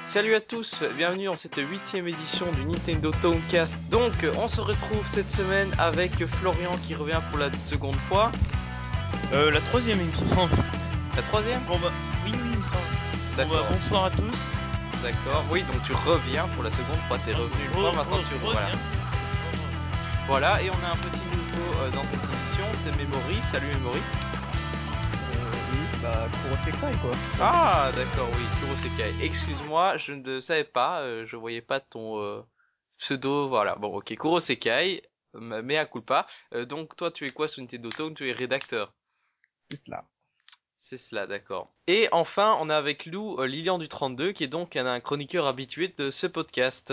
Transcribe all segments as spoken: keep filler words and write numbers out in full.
Salut à tous, bienvenue dans cette huitième édition du Nintendo Towncast. Donc, on se retrouve cette semaine avec Florian qui revient pour la seconde fois. Euh, la troisième, il me semble. La troisième? Bon bah, oui, oui, il me semble. Bon D'accord. bah, bonsoir à tous. D'accord, oui, donc tu reviens pour la seconde fois, t'es revenu une fois, maintenant tu reviens. Voilà, et on a un petit nouveau euh, dans cette édition, c'est Memory. Salut Memory. Euh, oui, bah, Kurosekai quoi. Ah, d'accord, oui, Kurosekai. Excuse-moi, je ne savais pas, euh, je voyais pas ton euh, pseudo, voilà. Bon, ok, Kurosekai, euh, mea culpa. Euh, donc toi, tu es quoi sur Nintendo Town? Tu es rédacteur. C'est cela. C'est cela, d'accord. Et enfin, on a avec nous euh, Lilian du trente-deux, qui est donc un, un chroniqueur habitué de ce podcast.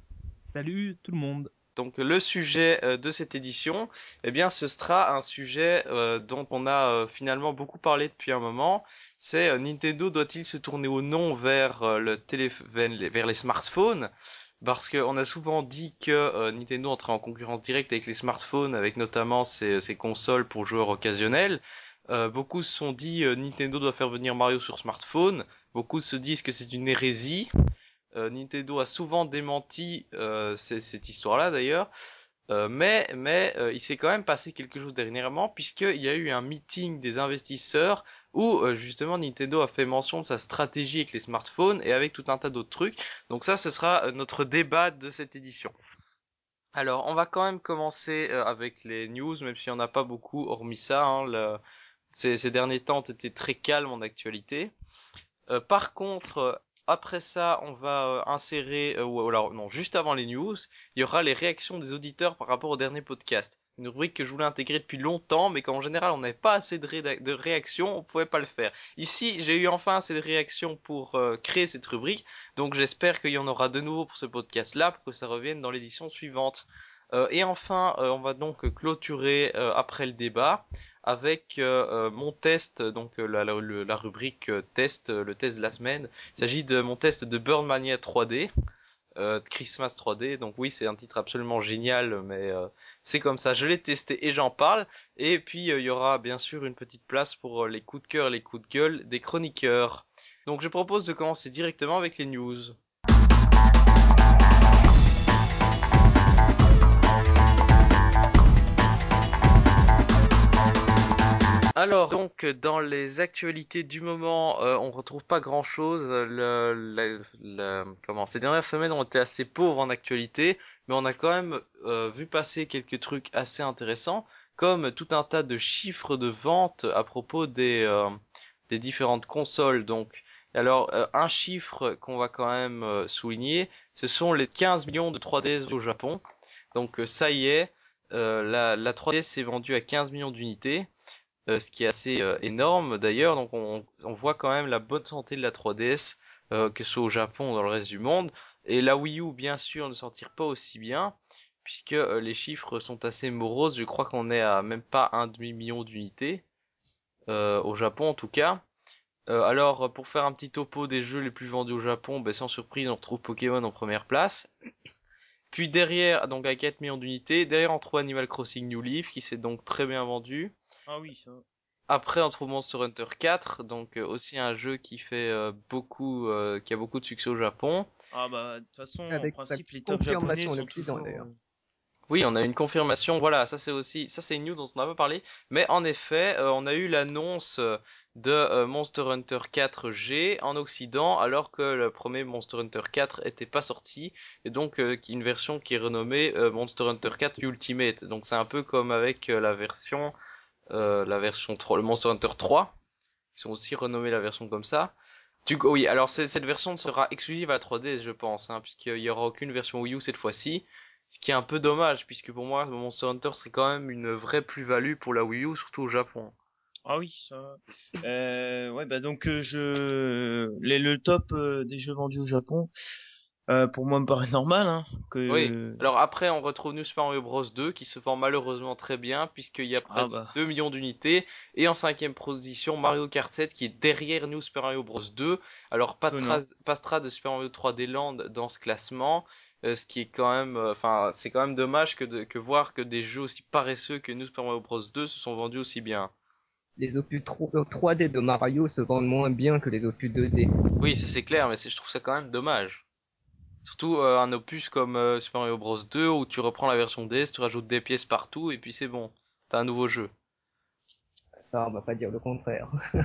Salut tout le monde. Donc le sujet euh, de cette édition, eh bien, ce sera un sujet euh, dont on a euh, finalement beaucoup parlé depuis un moment. C'est euh, Nintendo doit-il se tourner ou non vers euh, le téléf- vers les vers les smartphones? Parce qu'on a souvent dit que euh, Nintendo entrait en concurrence directe avec les smartphones, avec notamment ses, ses consoles pour joueurs occasionnels. Euh, beaucoup se sont dit euh, Nintendo doit faire venir Mario sur smartphone. Beaucoup se disent que c'est une hérésie. Euh, Nintendo a souvent démenti euh, c- cette histoire-là d'ailleurs. Euh, mais mais euh, il s'est quand même passé quelque chose dernièrement puisqu'il y a eu un meeting des investisseurs où euh, justement Nintendo a fait mention de sa stratégie avec les smartphones et avec tout un tas d'autres trucs. Donc ça, ce sera euh, notre débat de cette édition. Alors, on va quand même commencer euh, avec les news, même s'il n'y en a pas beaucoup, hormis ça. Hein, le- ces, ces derniers temps ont été très calmes en actualité. Euh, par contre, euh, après ça, on va euh, insérer, euh, ou alors non, juste avant les news, il y aura les réactions des auditeurs par rapport au dernier podcast. Une rubrique que je voulais intégrer depuis longtemps, mais qu'en général on n'avait pas assez de, réda- de réactions, on pouvait pas le faire. Ici, j'ai eu enfin assez de réactions pour euh, créer cette rubrique, donc j'espère qu'il y en aura de nouveau pour ce podcast-là, pour que ça revienne dans l'édition suivante. Euh, et enfin, euh, on va donc clôturer euh, après le débat avec euh, euh, mon test, donc euh, la, la, le- la rubrique euh, test, euh, le test de la semaine. Il s'agit de mon test de Birdmania trois D, euh, de Christmas trois D. Donc oui, c'est un titre absolument génial, mais euh, c'est comme ça. Je l'ai testé et j'en parle. Et puis euh, il y aura bien sûr une petite place pour euh, les coups de cœur et les coups de gueule des chroniqueurs. Donc je propose de commencer directement avec les news. Alors donc dans les actualités du moment, euh, on retrouve pas grand-chose. Le, le- le- comment Ces dernières semaines ont été assez pauvres en actualité, mais on a quand même euh, vu passer quelques trucs assez intéressants, comme tout un tas de chiffres de vente à propos des euh, des différentes consoles. Donc alors euh, un chiffre qu'on va quand même euh, souligner, ce sont les quinze millions de trois D S au Japon. Donc euh, ça y est, euh, la, la trois D S s'est vendue à quinze millions d'unités. Euh, ce qui est assez euh, énorme d'ailleurs. Donc on, on voit quand même la bonne santé de la trois D S, euh, que ce soit au Japon ou dans le reste du monde. Et la Wii U, bien sûr, ne s'en tire pas aussi bien, puisque euh, les chiffres sont assez moroses. Je crois qu'on est à même pas un demi-million d'unités, euh, au Japon en tout cas. Euh, alors, pour faire un petit topo des jeux les plus vendus au Japon, ben, sans surprise, on retrouve Pokémon en première place. Puis derrière, donc à quatre millions d'unités, derrière on trouve Animal Crossing New Leaf, qui s'est donc très bien vendu. Ah oui, ça. Après, on trouve Monster Hunter quatre, donc euh, aussi un jeu qui fait euh, beaucoup, euh, qui a beaucoup de succès au Japon. Ah bah, de toute façon, en Avec sa principe, les tops japonais confirmation en sont Occident toujours... d'ailleurs. euh, Oui, on a une confirmation. Voilà, ça c'est aussi, ça c'est une news dont on n'a pas parlé. Mais en effet, euh, on a eu l'annonce euh, de euh, Monster Hunter quatre G en Occident, alors que le premier Monster Hunter quatre était pas sorti, et donc euh, une version qui est renommée euh, Monster Hunter quatre Ultimate. Donc c'est un peu comme avec euh, la version, euh, la version trois, le Monster Hunter trois. Ils ont aussi renommé la version comme ça. Tu, oui, alors c'est- cette version sera exclusive à la trois D S, je pense, hein, puisqu'il y aura aucune version Wii U cette fois-ci. Ce qui est un peu dommage, puisque pour moi, Monster Hunter serait quand même une vraie plus-value pour la Wii U, surtout au Japon. Ah oui, ça. Euh, ouais, bah donc euh, je... Les, le top euh, des jeux vendus au Japon, euh, pour moi, me paraît normal, hein, Oui. que... Alors après, on retrouve New Super Mario Bros. deux, qui se vend malheureusement très bien, puisqu'il y a près Ah de bah, deux millions d'unités. Et en cinquième position, Mario Kart sept, qui est derrière New Super Mario Bros. deux. Alors, pas de étonnant. trace, pas de trace de Super Mario trois D Land dans ce classement. Euh, ce qui est quand même, euh, enfin, c'est quand même dommage que de, que voir que des jeux aussi paresseux que New Super Mario Bros. deux se sont vendus aussi bien. Les opus trois D de Mario se vendent moins bien que les opus deux D. Oui, ça c'est clair, mais c'est- je trouve ça quand même dommage. Surtout euh, un opus comme euh, Super Mario Bros deux où tu reprends la version D S, tu rajoutes des pièces partout et puis c'est bon. T'as un nouveau jeu. Ça, on va pas dire le contraire.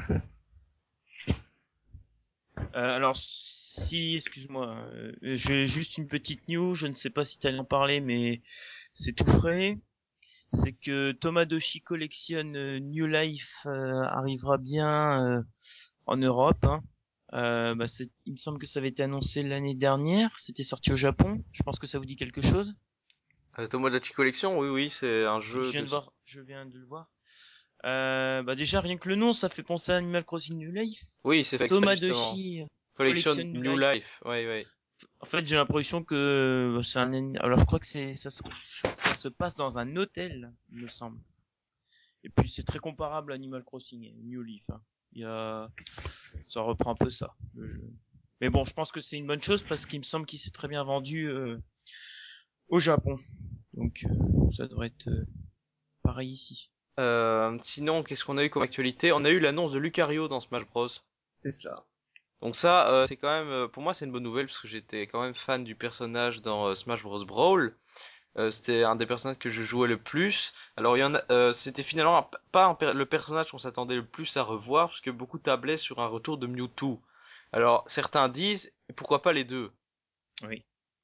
Euh, alors, si, excuse-moi, euh, j'ai juste une petite news, je ne sais pas si tu allais en parler, mais c'est tout frais. C'est que Tomadoshi Collection euh, New Life euh, arrivera bien euh, en Europe. Hein. Euh, bah, c'est- il me semble que ça avait été annoncé l'année dernière, c'était sorti au Japon. Je pense que ça vous dit quelque chose. Euh, Tomodachi Collection, oui, oui, c'est un Oui, je jeu viens de... de voir, je viens de le voir. Euh, bah déjà rien que le nom, ça fait penser à Animal Crossing New Life. Oui, c'est fait exprès justement. Tomadoshi Collection Collection New New Life. Life, oui, oui. En fait, j'ai l'impression que c'est un. ani- Alors, je crois que c'est ça, se... ça se passe dans un hôtel, il me semble. Et puis, c'est très comparable à Animal Crossing, New Leaf. Hein. Il y a, ça reprend un peu ça, le jeu. Mais bon, je pense que c'est une bonne chose parce qu'il me semble qu'il s'est très bien vendu euh, au Japon. Donc, euh, ça devrait être euh, pareil ici. Euh, sinon, qu'est-ce qu'on a eu comme actualité? On a eu l'annonce de Lucario dans Smash Bros. C'est cela. Donc ça, euh, c'est quand même, euh, pour moi, c'est une bonne nouvelle parce que j'étais quand même fan du personnage dans euh, Smash Bros Brawl. Euh, c'était un des personnages que je jouais le plus. Alors il y en a, euh, c'était finalement un- pas un per- le personnage qu'on s'attendait le plus à revoir parce que beaucoup tablaient sur un retour de Mewtwo. Alors certains disent, pourquoi pas les deux? Oui.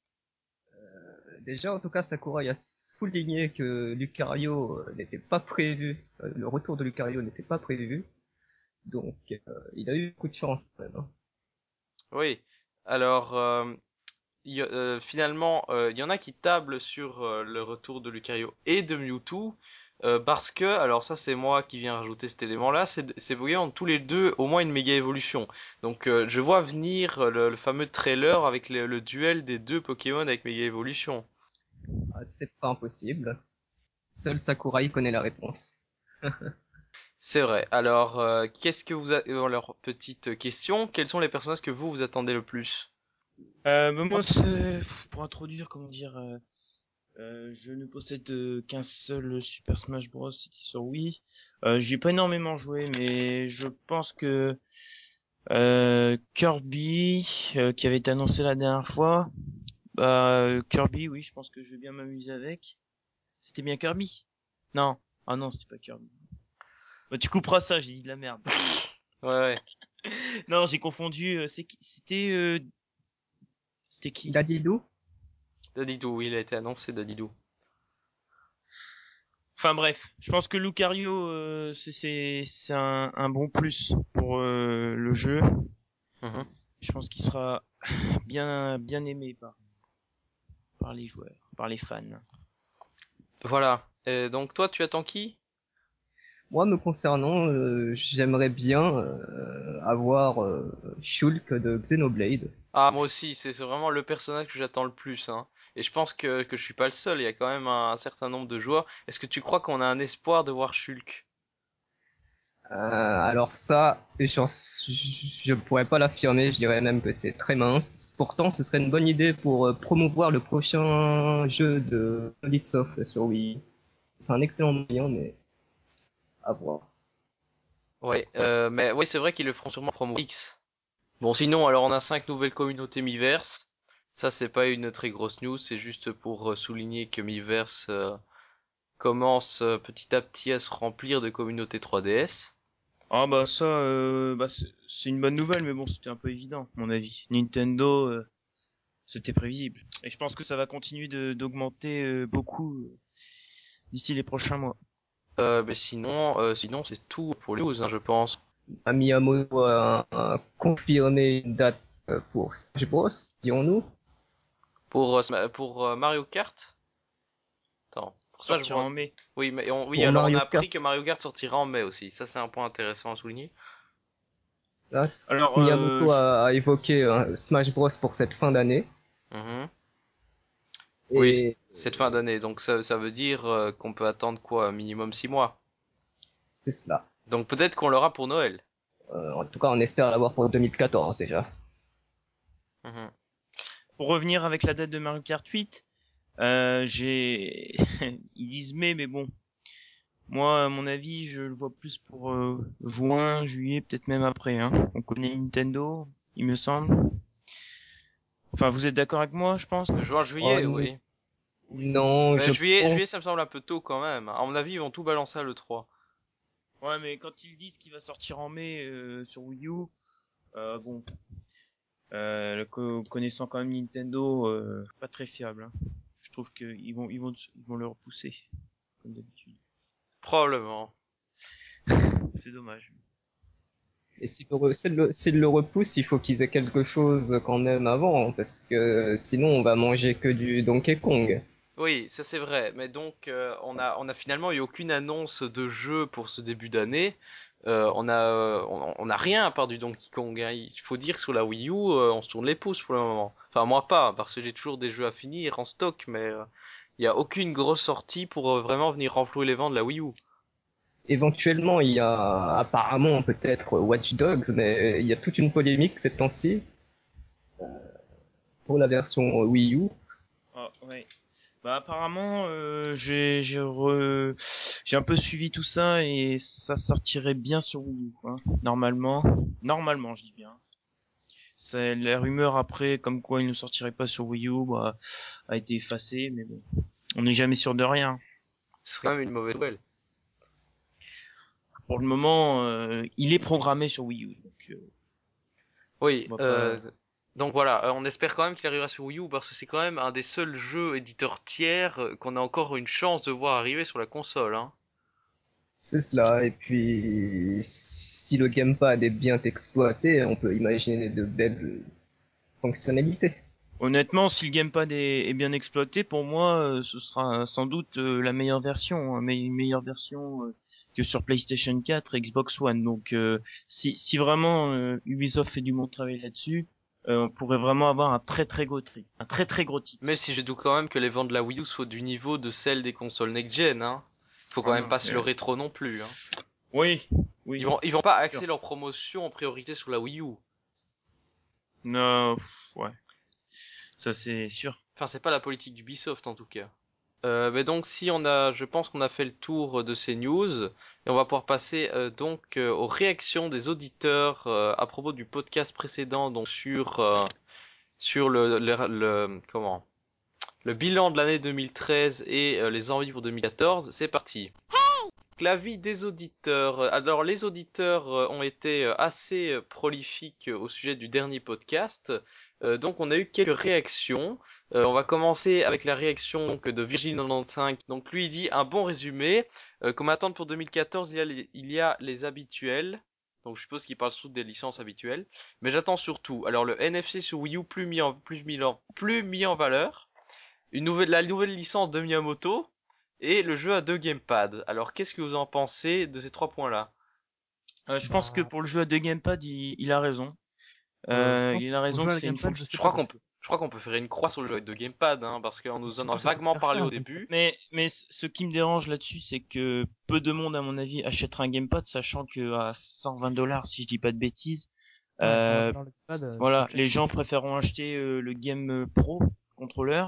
Déjà, en tout cas, Sakurai a souligné que Lucario euh, n'était pas prévu, euh, le retour de Lucario n'était pas prévu, donc euh, il a eu beaucoup de chance quand même, hein. Oui. Alors euh, il y a- euh, finalement, euh, il y en a qui tablent sur euh, le retour de Lucario et de Mewtwo. Euh, parce que, alors ça c'est moi qui viens rajouter cet élément-là, c'est c'est voyant tous les deux au moins une méga évolution. Donc euh, je vois venir euh, le, le fameux trailer avec le, le duel des deux Pokémon avec méga évolution. Ah, c'est pas impossible. Seul Sakurai connaît la réponse. C'est vrai. Alors, euh, qu'est-ce que vous a... euh, alors, petite question, quels sont les personnages que vous vous attendez le plus? Euh, bah, moi, c'est pour introduire, comment dire. Euh, euh, je ne possède euh, qu'un seul Super Smash Bros. C'était sur Wii. Euh, j'y ai pas énormément joué, mais je pense que euh, Kirby, euh, qui avait été annoncé la dernière fois, bah euh, Kirby, oui, je pense que je vais bien m'amuser avec. C'était bien Kirby? Non. Ah non, c'était pas Kirby. Bah, tu couperas ça, j'ai dit de la merde. Ouais, ouais. Non, j'ai confondu. euh, c'est qui- C'était euh, c'était qui? Dadidou, Dadidou, oui, il a été annoncé, Dadidou. Enfin bref, je pense que Lucario, euh, c'est c'est c'est un, un bon plus pour euh, le jeu. Mhm. Je pense qu'il sera bien bien aimé par par les joueurs, par les fans. Voilà. Et donc, toi, tu attends qui? moi me concernant, euh, j'aimerais bien euh, avoir euh, Shulk de Xenoblade. Ah, moi aussi, c'est c'est vraiment le personnage que j'attends le plus, hein. Et je pense que, que je suis pas le seul, il y a quand même un, un certain nombre de joueurs. Est-ce que tu crois qu'on a un espoir de voir Shulk? Euh, alors ça, j'en- je ne pourrais pas l'affirmer, je dirais même que c'est très mince. Pourtant, ce serait une bonne idée pour euh, promouvoir le prochain jeu de Solidsoft sur Wii. C'est un excellent moyen, mais à voir. Ouais, euh, mais oui, c'est vrai qu'ils le feront sûrement promo X. Bon, sinon, alors on a cinq nouvelles communautés Miiverse. Ça, c'est pas une très grosse news, c'est juste pour euh, souligner que Miiverse euh, commence euh, petit à petit à se remplir de communautés trois D S. Ah bah ça, euh, bah c'est c'est une bonne nouvelle, mais bon, c'était un peu évident, à mon avis. Nintendo, euh, c'était prévisible. Et je pense que ça va continuer de d'augmenter euh, beaucoup euh, d'ici les prochains mois. Euh, mais sinon, euh, sinon c'est tout pour les news, hein, je pense. Ah, Miyamoto a, a confirmé une date euh, pour Smash Bros, dirons-nous. Pour euh, Sma- pour euh, Mario Kart. Attends, pour Smash Sortira Bros. en mai. Oui, mais on- oui, Pour alors on a Mario appris Kart, que Mario Kart sortira en mai aussi. Ça, c'est un point intéressant à souligner. ça, Alors, euh, Miyamoto je- a, a évoqué un Smash Bros pour cette fin d'année. Mhm. Oui, c- Et cette fin d'année. Donc ça, ça veut dire euh, qu'on peut attendre quoi, un minimum six mois. c'est cela. Donc peut-être qu'on l'aura pour Noël. Euh, en tout cas, on espère l'avoir pour deux mille quatorze déjà. Mhm. pour revenir avec la date de Mario Kart huit, euh, j'ai, ils disent mai, mais bon, Moi, à mon avis, je le vois plus pour euh, juin, juillet, peut-être même après. Hein. On connaît Nintendo, il me semble. Enfin, vous êtes d'accord avec moi, je pense. Juin, Oh, juillet, n- oui. non, Mais je juillet, pense. juillet, ça me semble un peu tôt quand même. À mon avis, ils vont tout balancer à l'E trois. Ouais, mais quand ils disent qu'il va sortir en mai euh, sur Wii U, euh, bon, euh, le co- connaissant quand même Nintendo, euh, pas très fiable. Hein. Je trouve qu'ils vont, ils vont, ils vont le repousser, comme d'habitude. Probablement. C'est dommage. Et s'ils le, re- s'ils le, s'ils le repoussent, il faut qu'ils aient quelque chose quand même avant, parce que sinon on va manger que du Donkey Kong. Oui, ça c'est vrai. Mais donc, euh, on a, on a finalement eu aucune annonce de jeu pour ce début d'année. Euh, on a, euh, on, on a rien à part du Donkey Kong. Hein. Il faut dire que sur la Wii U, euh, on se tourne les pouces pour le moment. Enfin, moi pas, parce que j'ai toujours des jeux à finir en stock, mais euh, il y a aucune grosse sortie pour euh, vraiment venir renflouer les vents de la Wii U. Éventuellement, il y a apparemment peut-être Watch Dogs, mais il y a toute une polémique ces temps-ci pour la version Wii U. Ah, ouais. Bah apparemment, euh, j'ai j'ai re... j'ai un peu suivi tout ça et ça sortirait bien sur Wii U, quoi. Normalement, normalement, je dis bien. C'est la rumeur après, comme quoi il ne sortirait pas sur Wii U, bah, a été effacée, mais bon, on n'est jamais sûr de rien. Ce serait quand même une mauvaise nouvelle. Pour le moment, euh, il est programmé sur Wii U, donc euh, Oui, on va euh, pas. donc voilà, euh, on espère quand même qu'il arrivera sur Wii U parce que c'est quand même un des seuls jeux éditeurs tiers euh, qu'on a encore une chance de voir arriver sur la console, hein. C'est cela. Et puis, si le gamepad est bien exploité, on peut imaginer de belles fonctionnalités. Honnêtement, si le gamepad est, est bien exploité, pour moi, euh, ce sera sans doute euh, la meilleure version, hein, mais une meilleure version euh, que sur PlayStation quatre et Xbox One. Donc, euh, si, si vraiment euh, Ubisoft fait du bon travail là-dessus, euh, on pourrait vraiment avoir un très très gros titre, un très très gros Même titre. si je doute quand même que les ventes de la Wii U soient du niveau de celles des consoles next-gen, hein. Faut quand Ah même non, pas se le euh, rétro non plus, hein. oui, Ils oui, vont, ils vont pas c'est sûr. axer leur promotion en priorité sur la Wii U. Non, pff, ouais, ça c'est sûr. Enfin, c'est pas la politique d'Ubisoft en tout cas. Euh, mais donc si on a, je pense qu'on a fait le tour de ces news et on va pouvoir passer euh, donc euh, aux réactions des auditeurs euh, à propos du podcast précédent donc sur euh, sur le, le, le- comment le bilan de l'année deux mille treize et euh, les envies pour deux mille quatorze. C'est parti. L'avis des auditeurs. Alors les auditeurs euh, ont été euh, assez euh, prolifiques euh, au sujet du dernier podcast. Euh, donc on a eu quelques réactions. Euh, on va commencer avec la réaction donc, de Virgile quatre-vingt-quinze. Donc lui il dit un bon résumé. Euh, comme attente pour deux mille quatorze, il y a les, il y a les habituels. Donc je suppose qu'il parle surtout des licences habituelles. Mais j'attends surtout. Alors le N F C sur Wii U plus mis en, plus mis en, plus mis en valeur. Une nouvelle, la nouvelle licence de Miyamoto et le jeu à deux gamepads. Alors, qu'est-ce que vous en pensez de ces trois points-là? Euh, je pense que Bah, pour le jeu à deux gamepad, il, il a raison. euh, je Euh, pense il que a pour raison jouer que à la c'est une gamepad, je Je sais fonction. pas crois qu'on parce peut, que je crois qu'on peut faire une croix sur le jeu avec deux gamepads, hein, parce qu'on nous en a surtout ça coûte vaguement super parlé cher au un gamepad. début. Mais, mais c- ce qui me dérange là-dessus, c'est que peu de monde, à mon avis, achètera un gamepad, sachant que à cent vingt dollars, si je dis pas de bêtises, Ouais, cent vingt euh, dollars le gamepad, c- euh, ça voilà, coûte cher. les gens préféreront acheter euh, le Game Pro contrôleur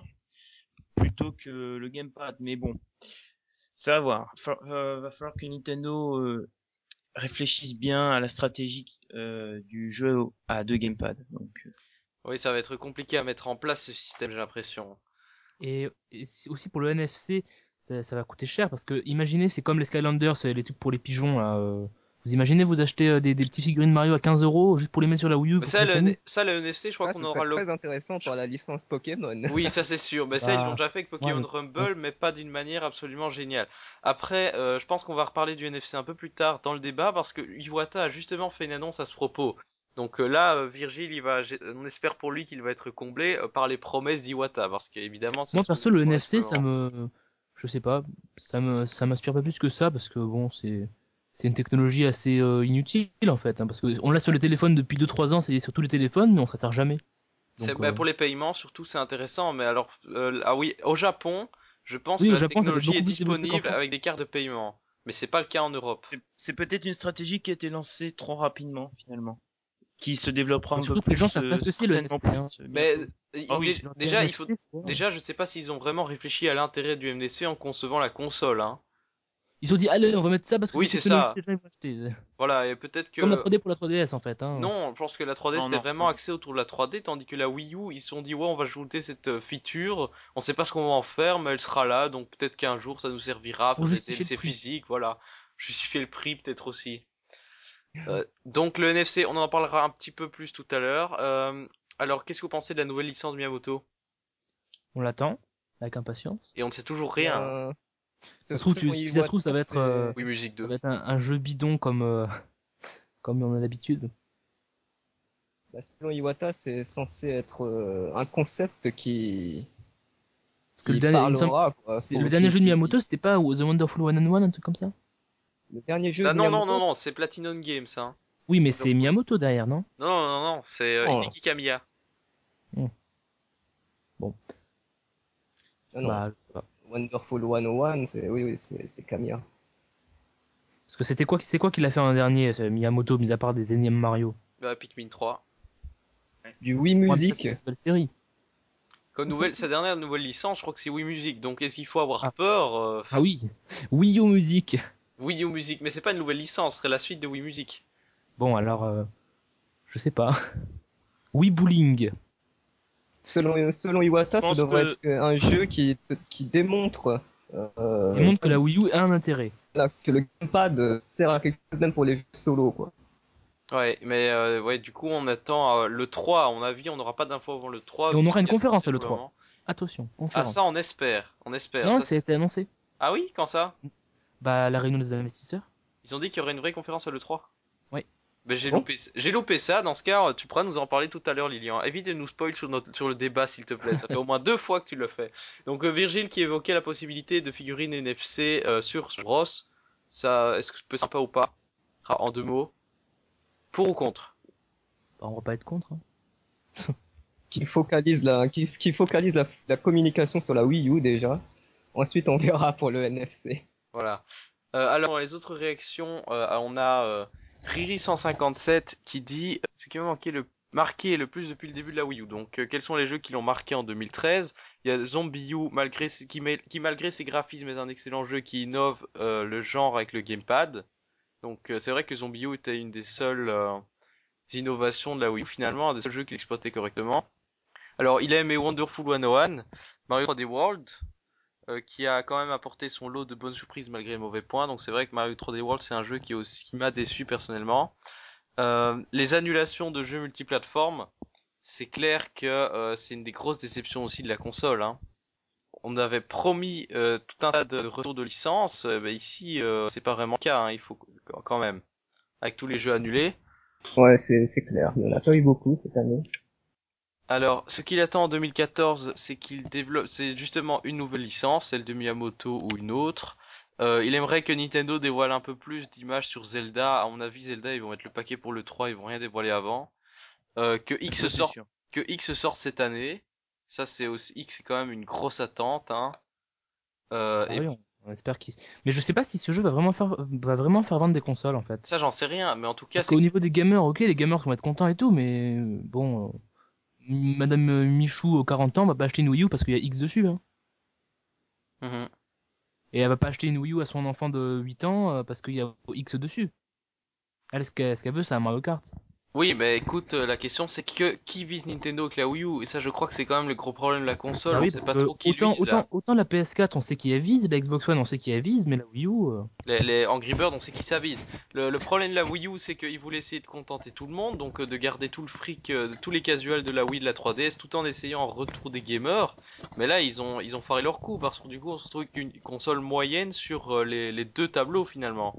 plutôt que le gamepad. Mais bon, c'est à voir. Fa- euh, va falloir que Nintendo euh, réfléchisse bien à la stratégie euh, du jeu à deux gamepads. Donc, euh, Oui, ça va être compliqué à mettre en place ce système, j'ai l'impression. Et, et si- aussi pour le N F C, ça, ça va coûter cher parce que imaginez, c'est comme les Skylanders, c'est les trucs pour les pigeons là. euh, Vous imaginez vous achetez euh, des, des petits figurines Mario à quinze euros juste pour les mettre sur la Wii U Mais pour que ça, ça le, N- s'amuse? ça, le N F C, je crois Ah, qu'on ce aura serait le... très intéressant pour la licence Pokémon. Oui, ça c'est sûr. Mais ça, ils l'ont Bah, déjà fait avec ouais, Pokémon mais bon. Rumble, mais pas d'une manière absolument géniale. Après, euh, je pense qu'on va reparler du N F C un peu plus tard dans le débat, parce que Iwata a justement fait une annonce à ce propos. Donc euh, là, euh, Virgile, il va, j'ai- on espère pour lui qu'il va être comblé euh, par les promesses d'Iwata, parce qu'évidemment, c'est une Moi espèce perso, de le promesse pour N F C, le ça moment. me, je sais pas, ça me, ça m'inspire pas plus que ça parce que bon, c'est, c'est une technologie assez euh, inutile en fait, hein, parce que on l'a sur le téléphone depuis deux trois ans, c'est sur tous les téléphones, mais on s'en sert jamais. C'est Donc bah, euh, pour les paiements surtout, c'est intéressant. Mais alors, euh, ah oui, au Japon, je pense oui, que au la Japon, ça doit être technologie est beaucoup plus développé qu'en disponible France. avec des cartes de paiement, mais c'est pas le cas en Europe. c'est c'est peut-être une stratégie qui a été lancée trop rapidement finalement, qui se développera Et un peu surtout que les gens plus, savent pas euh, ce que c'est le certainement N F C. Hein. plus euh, Mais bientôt. Ah il- oui, dé- Genre, le déjà, il faut N F C, c'est quoi? déjà, je sais pas s'ils ont vraiment réfléchi à l'intérêt du M D C en concevant la console, hein. Ils se sont dit, allez, on va mettre ça parce que Oui, c'est c'est technologique, ça. les gens ils vont acheter. Voilà, et peut-être Comme la que... trois D pour la trois D S en fait. Hein. Non, je pense que la trois D Non, c'était non. vraiment axé autour de la trois D, tandis que la Wii U, ils se sont dit, ouais, on va ajouter cette euh, feature, on sait pas ce qu'on va en faire, mais elle sera là, donc peut-être qu'un jour ça nous servira à Pour faire des justifier le D L C prix. physiques, voilà. Justifier le prix peut-être aussi. Euh, donc le N F C, on en parlera un petit peu plus tout à l'heure. Euh, alors, qu'est-ce que vous pensez de la nouvelle licence Miyamoto? On l'attend avec impatience. Et on ne sait toujours rien, hein. Ben, Ça se- se trouve, tu, selon si ça se trouve, ça Iwata, va être, euh, c'est Oui, Musique ça deux. va être un, un jeu bidon comme, euh, comme on a l'habitude. bah, selon Iwata, c'est censé être euh, un concept qui Parce que le qui dernier, il me semble, parlera quoi. c'est- le Faut dernier qui jeu de qui Miyamoto, c'était pas The Wonderful one and One, un truc comme ça? le dernier jeu Ah de non, non, non, Miyamoto. non, c'est Platinum Games, hein. Oui, mais c'est Wonderful. Miyamoto derrière, non? Non, non, non, non, c'est euh, Non, Hideki Kamiya. Hmm. Bon, non, non. bah, je sais pas. Wonderful cent un, c'est oui oui, c'est c'est Kamiya. Parce que c'était quoi, c'est quoi qu'il a fait en dernier, ce Miyamoto, mis à part des énièmes Mario? Bah, Pikmin trois. Du Wii Bon, après, c'est Music. une nouvelle série. Comme nouvelle, sa dernière nouvelle licence, je crois que c'est Wii Music. Donc est-ce qu'il faut avoir Ah, peur? euh, ah oui, Wii U Music. Wii U Music, mais c'est pas une nouvelle licence, ce serait la suite de Wii Music. Bon, alors, euh, je sais pas. Wii Bowling. Selon selon Iwata, Je ça pense devrait que être un jeu qui te- qui démontre Il euh, montre que la Wii U a un intérêt. là, que le gamepad sert à quelque chose même pour les jeux solo quoi. Ouais, mais euh, ouais, du coup on attend euh, le trois, à mon avis, on n'aura pas d'infos avant le trois, Et vu on que aura c'est une déjà conférence sorti à pour l'E le trois. moment. Attention, Ah ça conférence. on espère, on espère. Non, Ça, ça a c'est- été annoncé. Ah oui, quand ça? Bah, la réunion des investisseurs. Ils ont dit qu'il y aurait une vraie conférence à l'E trois. Oui. Ben j'ai Bon, loupé, j'ai loupé ça. Dans ce cas, tu pourras nous en parler tout à l'heure, Lilian. Évite de nous spoil sur, notre, sur le débat, s'il te plaît. Ça fait au moins deux fois que tu le fais. Donc euh, Virgile qui évoquait la possibilité de figurines N F C euh, sur Bros. Ça, est-ce que c'est sympa ou pas? Ah, en deux mots. Pour ou contre? Bah, on va pas être contre. Hein. qui focalise la qui, qui focalise la, la communication sur la Wii U déjà. Ensuite, on verra pour le N F C. Voilà. Euh, alors dans les autres réactions, euh, on a euh, Riri cent cinquante-sept qui dit euh, ce qui m'a manqué le marqué le plus depuis le début de la Wii U. Donc euh, quels sont les jeux qui l'ont marqué en deux mille treize? Il y a Zombie U malgré ses- qui, met- qui malgré ses graphismes est un excellent jeu qui innove euh, le genre avec le gamepad. Donc euh, c'est vrai que Zombie U était une des seules euh, innovations de la Wii U finalement, un des seuls jeux qui l'exploitait correctement. Alors il a aimé Wonderful cent un, Mario trois D World, euh, qui a quand même apporté son lot de bonnes surprises malgré les mauvais points. Donc c'est vrai que Mario trois D World c'est un jeu qui, est aussi, qui m'a déçu personnellement. Euh, les annulations de jeux multiplateformes, c'est clair que euh, c'est une des grosses déceptions aussi de la console. Hein. On avait promis euh, tout un tas de retours de licence, euh, bah ici euh, c'est pas vraiment le cas. Hein, il faut quand même avec tous les jeux annulés. Ouais, c'est c'est clair. Il n'y en a pas eu beaucoup cette année. Alors, ce qu'il attend en deux mille quatorze, c'est qu'il développe, c'est justement une nouvelle licence, celle de Miyamoto ou une autre. Euh, il aimerait que Nintendo dévoile un peu plus d'images sur Zelda. À mon avis, Zelda, ils vont mettre le paquet pour le trois, ils vont rien dévoiler avant. Euh, que X ça c'est sorte, sûr. que X sorte cette année. Ça, c'est aussi, X, c'est quand même une grosse attente, hein. Euh, Bah et oui, on, on espère qu'il. Mais je sais pas si ce jeu va vraiment faire, va vraiment faire vendre des consoles en fait. ça, j'en sais rien, mais en tout cas, Parce c'est, qu'au niveau des gamers, ok, les gamers vont être contents et tout, mais euh, bon, euh, Madame euh, Michou, aux quarante ans, va pas acheter une Wii U parce qu'il y a X dessus, hein. Mhm. Et elle va pas acheter une Wii U à son enfant de huit ans euh, parce qu'il y a X dessus. Elle, ce qu'elle ce qu'elle veut, c'est un Mario Kart. Oui, bah écoute, euh, la question c'est que qui vise Nintendo avec la Wii U? Et ça, je crois que c'est quand même le gros problème de la console. Bah On oui, sait parce pas que trop qui autant, vise là. autant, autant la P S quatre, on sait qui elle vise, la Xbox One, on sait qui elle vise, mais la Wii U, euh, Les, les Angry Birds, on sait qui ça vise. Le, le problème de la Wii U, c'est qu'ils voulaient essayer de contenter tout le monde, donc euh, de garder tout le fric, euh, de tous les casuals de la Wii, de la trois D S, tout en essayant un retour des gamers. Mais là, ils ont, ils ont foiré leur coup, parce que du coup, on se retrouve avec une console moyenne sur euh, les, les deux tableaux finalement.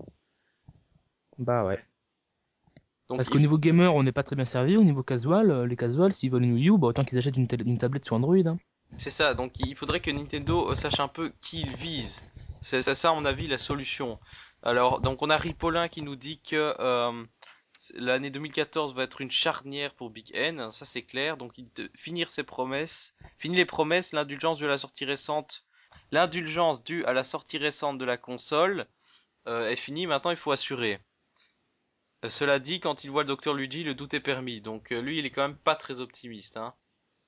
bah ouais. Donc, Parce il qu'au f- niveau gamer, on n'est pas très bien servi. Au niveau casual, euh, les casuals, s'ils veulent une Wii U, bah autant qu'ils achètent une, tel- une tablette sur Android. Hein. c'est ça. Donc, il faudrait que Nintendo euh, sache un peu qui il vise. C'est c'est ça, à mon avis, la solution. Alors, donc, on a Ripolin qui nous dit que euh, l'année deux mille quatorze va être une charnière pour Big N, ça c'est clair. Donc, il de finir ses promesses, finir les promesses, l'indulgence de la sortie récente, l'indulgence due à la sortie récente de la console euh, est finie. Maintenant, il faut assurer. Euh, cela dit, quand il voit le docteur Luigi, le doute est permis. Donc, euh, lui, il est quand même pas très optimiste, hein.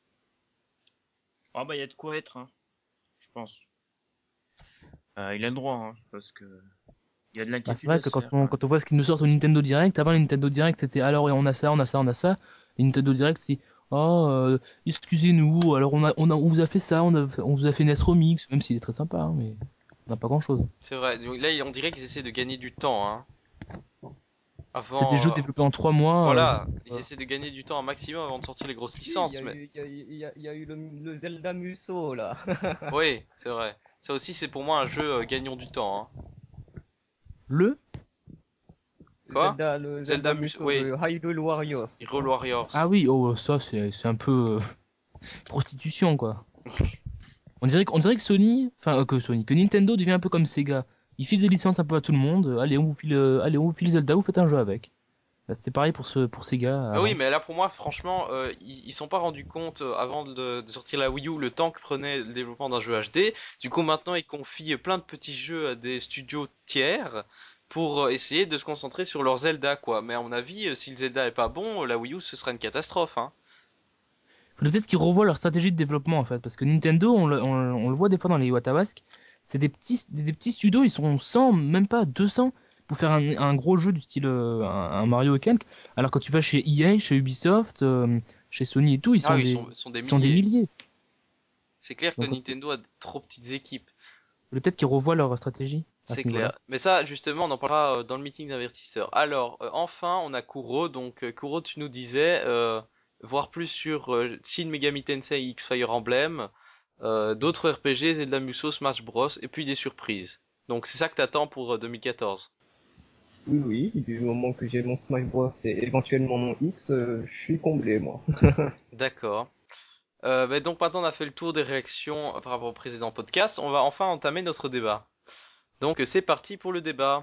Ah bah il y a de quoi être, hein, je pense. Euh, il a le droit, hein, parce que Il y a de Bah, c'est l'inquiétude vrai à que se quand faire. on, quand on voit ce qu'ils nous sortent au Nintendo Direct, avant le Nintendo Direct, c'était alors on a ça, on a ça, on a ça. Le Nintendo Direct, c'est oh, euh, excusez-nous, alors on a, on a, on vous a fait ça, on a, on vous a fait N E S Remix, même s'il est très sympa, hein, mais on n'a pas grand-chose. C'est vrai. Donc là, on dirait qu'ils essaient de gagner du temps, hein. C'est des Avant, jeux euh, développés en trois mois. euh, voilà, juste, ils euh, essaient de gagner du temps un maximum avant de sortir les grosses Si, il y licences, a mais eu, il y a, eu- il y a, il y a eu le, le Zelda Musso là. oui, c'est vrai. Ça aussi, c'est pour moi un jeu euh, gagnant du temps, hein. le Quoi? Zelda, le Zelda Zelda Mus, Musso, oui, le Hyrule Warriors. Hyrule Warriors. Ah oui, oh ça c'est, c'est un peu euh, prostitution quoi. On dirait, que- on dirait que Sony, enfin euh, que Sony, que Nintendo devient un peu comme Sega. Ils filent des licences un peu à tout le monde. euh, Allez, on vous file, euh, allez, on vous file Zelda, vous faites un jeu avec. Bah, c'était pareil pour ce, pour Sega Ah oui, avant. mais là pour moi, franchement, euh, ils, ils sont pas rendus compte euh, avant de, de sortir la Wii U le temps que prenait le développement d'un jeu H D. Du coup, maintenant, ils confient plein de petits jeux à des studios tiers pour euh, essayer de se concentrer sur leur Zelda, quoi. Mais à mon avis, euh, si le Zelda est pas bon, euh, la Wii U ce sera une catastrophe, hein. Faudrait peut-être qu'ils revoient leur stratégie de développement en fait, parce que Nintendo, on le, on, on le voit des fois dans les Watawask, c'est des petits, des, des petits studios, ils sont cent, même pas deux cents, pour faire un, un gros jeu du style euh, un, un Mario et quelques. Alors quand tu vas chez E A, chez Ubisoft, euh, chez Sony et tout, ils Ah sont oui, ils des, sont, sont des ils sont des milliers. milliers. C'est clair que Donc Nintendo a de trop petites équipes. faudrait peut-être qu'ils revoient leur stratégie à C'est ce niveau-là. clair. Mais ça, justement, on en parlera euh, dans le meeting d'investisseurs. Alors, euh, enfin, on a Kuro. Donc, euh, Kuro, tu nous disais, euh, voir plus sur euh, Shin Megami Tensei X Fire Emblem, euh, d'autres R P G, Zelda Musou, Smash Bros, et puis des surprises. Donc, c'est ça que t'attends pour euh, deux mille quatorze. Oui, oui, du moment que j'ai mon Smash Bros et éventuellement mon X, euh, je suis comblé moi. D'accord. Euh, bah, donc, maintenant, on a fait le tour des réactions euh, par rapport au précédent podcast. On va enfin entamer notre débat. Donc, euh, c'est parti pour le débat.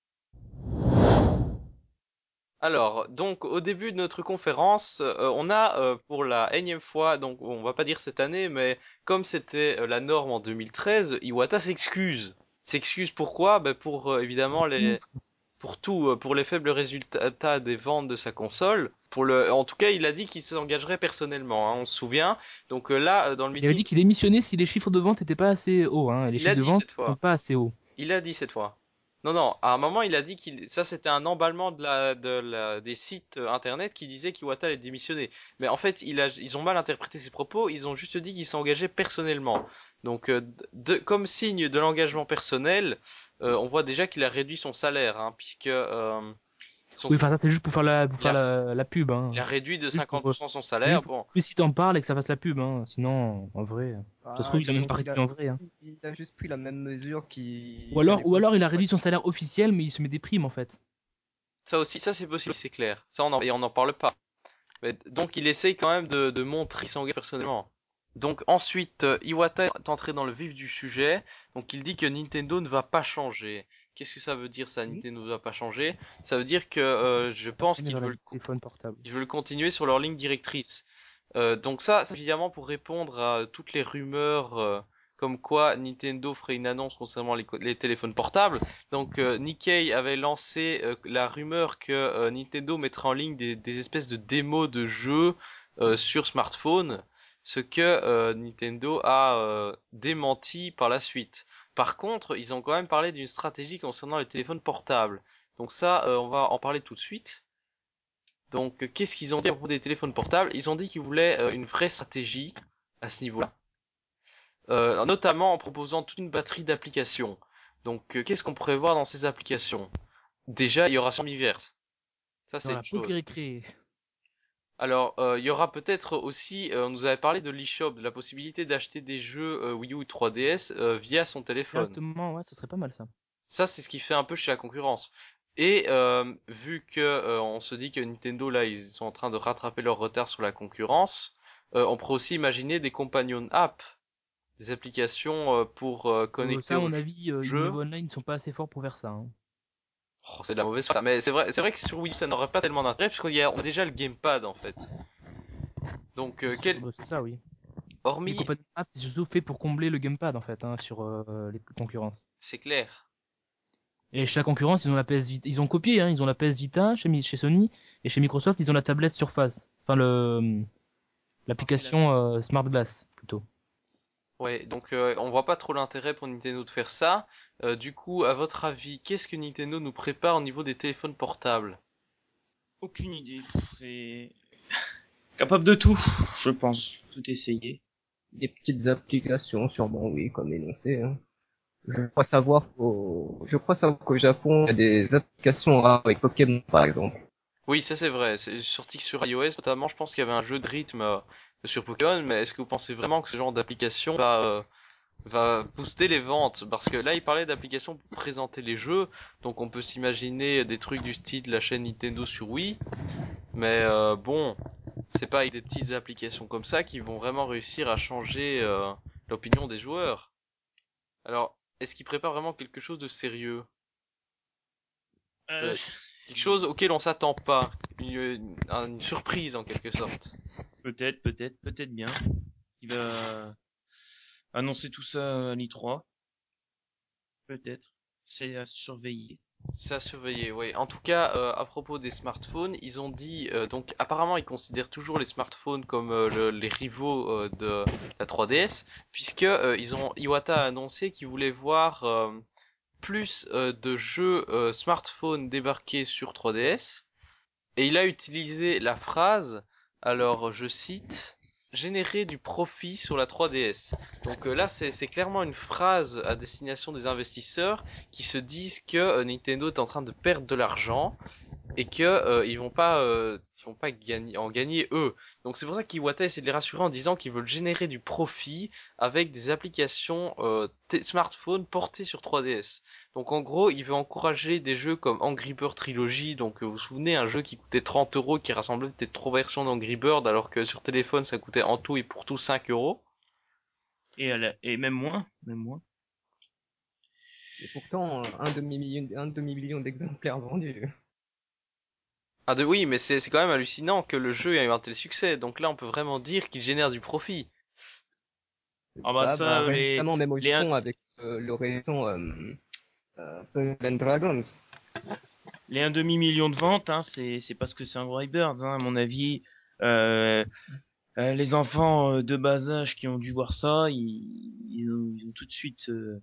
Alors, donc au début de notre conférence, euh, on a euh, pour la énième fois, donc on va pas dire cette année, mais comme c'était euh, la norme en deux mille treize, Iwata s'excuse. S'excuse pourquoi? Ben pour euh, évidemment les, pour tout, euh, pour les faibles résultats des ventes de sa console. Pour le, en tout cas, il a dit qu'il s'engagerait personnellement, hein, on se souvient. Donc euh, là, euh, dans le Il avait meeting, dit qu'il démissionnait si les chiffres de vente étaient pas assez hauts, hein. Les il a chiffres de dit vente cette sont fois. pas assez hauts. Il a dit cette fois. Non, non, à un moment, il a dit qu'il, ça c'était un emballement de la, de la, des sites euh, internet qui disaient qu'Iwata allait démissionner. Mais en fait, il a, ils ont mal interprété ses propos, ils ont juste dit qu'il s'engageait personnellement. Donc, euh, de, comme signe de l'engagement personnel, euh, on voit déjà qu'il a réduit son salaire, hein, puisque euh, son, Oui, enfin ça c'est juste pour faire la, pour il faire a, la, la pub, il hein. a réduit de Juste pour, euh, cinquante pour cent son oui, salaire. pour Bon, que si t'en parles et que ça fasse la pub, hein. Sinon, en vrai, euh, ça se Ah, trouve il a même disons pas qu'il réduit a, en vrai, hein. il a juste pris la même mesure Ou qui, qu'à alors, ou l'époque. alors il a réduit son salaire officiel, mais il se met des primes en fait. ça aussi, ça c'est possible, c'est clair. Ça, on en, et on n'en parle pas. Mais, donc il essaye quand même de, de montrer qu'il s'engage personnellement. Donc ensuite, euh, Iwata est entré dans le vif du sujet. Donc il dit que Nintendo ne va pas changer. Qu'est-ce que ça veut dire ça, Oui. Nintendo ne va pas changer? Ça veut dire que euh, je pense On est qu'ils vers la veulent, co- téléphone portable. ils veulent continuer sur leur ligne directrice. Euh, donc ça, c'est évidemment pour répondre à toutes les rumeurs euh, comme quoi Nintendo ferait une annonce concernant les, co- les téléphones portables. Donc euh, Nikkei avait lancé euh, la rumeur que euh, Nintendo mettrait en ligne des, des espèces de démos de jeux euh, sur smartphone, ce que euh, Nintendo a euh, démenti par la suite. Par contre, ils ont quand même parlé d'une stratégie concernant les téléphones portables. Donc ça, euh, on va en parler tout de suite. Donc, euh, qu'est-ce qu'ils ont dit à propos des téléphones portables? Ils ont dit qu'ils voulaient euh, une vraie stratégie à ce niveau-là, euh, notamment en proposant toute une batterie d'applications. Donc, euh, qu'est-ce qu'on pourrait voir dans ces applications? Déjà, il y aura Miiverse. Ça, c'est Dans une la Poké chose. Récré. Alors, euh, il y aura peut-être aussi, euh, on nous avait parlé de l'eShop, de la possibilité d'acheter des jeux euh, Wii U et trois D S euh, via son téléphone. Directement, ouais, ce serait pas mal ça. Ça, c'est ce qui fait un peu chez la concurrence. Et euh, vu que euh, on se dit que Nintendo là, ils sont en train de rattraper leur retard sur la concurrence, euh, on pourrait aussi imaginer des companion apps, des applications euh, pour euh, Euh, connecter ça, à au mon j- avis, euh, jeu. niveau online, ils sont pas assez forts pour faire ça, hein. Oh, c'est de la mauvaise foi. Mais c'est vrai, c'est vrai que sur Wii U, ça n'aurait pas tellement d'intérêt puisqu'on y a, on a déjà le gamepad en fait. Donc, C'est euh, sûr, quel, bah, c'est ça, oui. Les hormis, compagnies app, c'est surtout fait pour combler le gamepad en fait, hein, sur euh, les concurrences. c'est clair. Et chez la concurrence, ils ont la P S Vita, ils ont copié, hein, ils ont la P S Vita chez, Mi- chez Sony, et chez Microsoft, ils ont la tablette Surface. Enfin, le, Smart l'application Glass. euh, Smart Glass, plutôt. Ouais, donc euh, on voit pas trop l'intérêt pour Nintendo de faire ça. Euh, du coup, à votre avis, qu'est-ce que Nintendo nous prépare au niveau des téléphones portables? Aucune idée. C'est capable de tout, je pense. Tout essayer. Des petites applications, sûrement, oui, comme énoncé. Hein. Je crois savoir qu'au, je crois savoir qu'au Japon, il y a des applications rares avec Pokémon, par exemple. Oui, ça c'est vrai. C'est sorti que sur iOS, notamment, je pense qu'il y avait un jeu de rythme euh, sur Pokémon, mais est-ce que vous pensez vraiment que ce genre d'application va euh, va booster les ventes? Parce que là, il parlait d'applications pour présenter les jeux, donc on peut s'imaginer des trucs du style la chaîne Nintendo sur Wii, mais euh, bon, c'est pas avec des petites applications comme ça qui vont vraiment réussir à changer euh, l'opinion des joueurs. Alors, est-ce qu'ils préparent vraiment quelque chose de sérieux? Euh, Euh, Quelque chose auquel on s'attend pas, une, une surprise en quelque sorte. peut-être, peut-être, peut-être bien. Il va annoncer tout ça à l'I trois. Peut-être. C'est à surveiller. Ça à surveiller, oui. En tout cas, euh, à propos des smartphones, ils ont dit, euh, donc apparemment ils considèrent toujours les smartphones comme euh, le- les rivaux euh, de la trois D S, puisque euh, ils ont Iwata a annoncé qu'il voulait voir euh, plus euh, de jeux euh, smartphones débarquer sur trois D S, et il a utilisé la phrase, alors je cite, générer du profit sur la trois D S. Donc euh, là, c'est c'est clairement une phrase à destination des investisseurs qui se disent que euh, Nintendo est en train de perdre de l'argent et que euh, ils vont pas euh, ils vont pas gagner en gagner eux. Donc c'est pour ça qu'Iwata essaie de les rassurer en disant qu'ils veulent générer du profit avec des applications euh, t- smartphone portées sur trois D S. Donc en gros, il veut encourager des jeux comme Angry Bird Trilogy, donc euh, vous vous souvenez, un jeu qui coûtait trente euros, qui rassemblait peut-être trois versions d'Angry Bird, alors que sur téléphone ça coûtait en tout et pour tout cinq euros. Et, à la- et même moins, même moins. Et pourtant, un demi-million, un demi-million d'exemplaires vendus. Ah de oui, mais c'est c'est quand même hallucinant que le jeu ait eu un tel succès. Donc là, on peut vraiment dire qu'il génère du profit. C'est Ah bah ça, ça, bah euh, les, récemment, même au les, un- Japon, avec euh, le récent euh, euh, Puzzle and Dragons. les un demi-million de ventes, hein, c'est, c'est parce que c'est un Angry Birds, hein, à mon avis. Euh, euh, les enfants euh, de bas âge qui ont dû voir ça, ils, ils, ont, ils ont tout de suite, euh,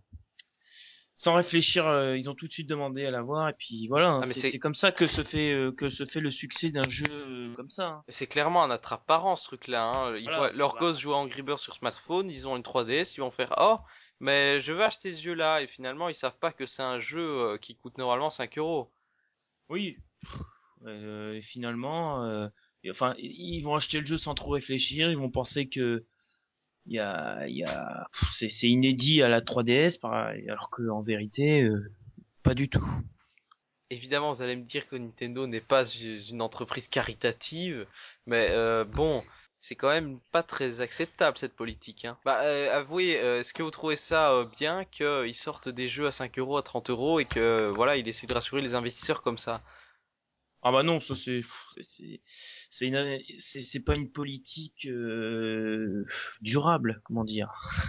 sans réfléchir, euh, ils ont tout de suite demandé à l'avoir. Et puis voilà, hein, Ah mais c'est, c'est c'est comme ça que se fait, euh, que se fait le succès d'un jeu euh, comme ça. Hein. c'est clairement un attrape-parent ce truc-là, hein. Ils voient Voilà. leurs Bah, gosses jouer à Angry Birds sur smartphone, ils ont une trois D S, ils vont faire oh mais je veux acheter ce jeu-là et finalement ils savent pas que c'est un jeu euh, qui coûte normalement cinq euros. oui. Euh, et finalement, euh, et enfin, ils vont acheter le jeu sans trop réfléchir. Ils vont penser que il y a, il y a, pff, c'est, c'est inédit à la trois D S, par- alors que en vérité, euh, pas du tout. Évidemment, vous allez me dire que Nintendo n'est pas une entreprise caritative, mais euh, bon, c'est quand même pas très acceptable cette politique, hein. Bah, euh, avouez, euh, est-ce que vous trouvez ça euh, bien qu'ils sortent des jeux à cinq euros, à trente euros et que voilà, ils essaient de rassurer les investisseurs comme ça? Ah bah non, ça c'est, c'est, c'est une, c'est, c'est pas une politique euh, durable, comment dire.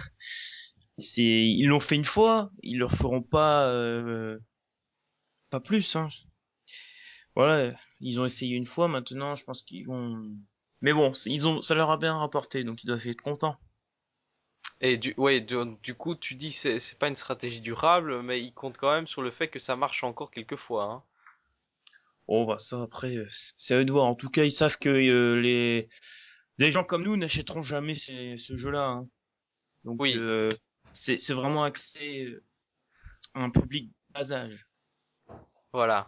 C'est, ils l'ont fait une fois, ils le referont pas, euh, pas plus. Hein. Voilà, ils ont essayé une fois, maintenant, je pense qu'ils vont. Mais bon, c'est- ils ont, ça leur a bien rapporté, donc ils doivent être contents. Et du, ouais, du, du coup, tu dis que c'est c'est pas une stratégie durable, mais ils comptent quand même sur le fait que ça marche encore quelques fois, hein. Oh bah ça après, euh, c'est à eux de voir. En tout cas, ils savent que euh, les des gens comme nous n'achèteront jamais ces- ce jeu-là. Hein. Donc Oui, euh, c'est c'est vraiment axé euh, à un public bas âge. voilà.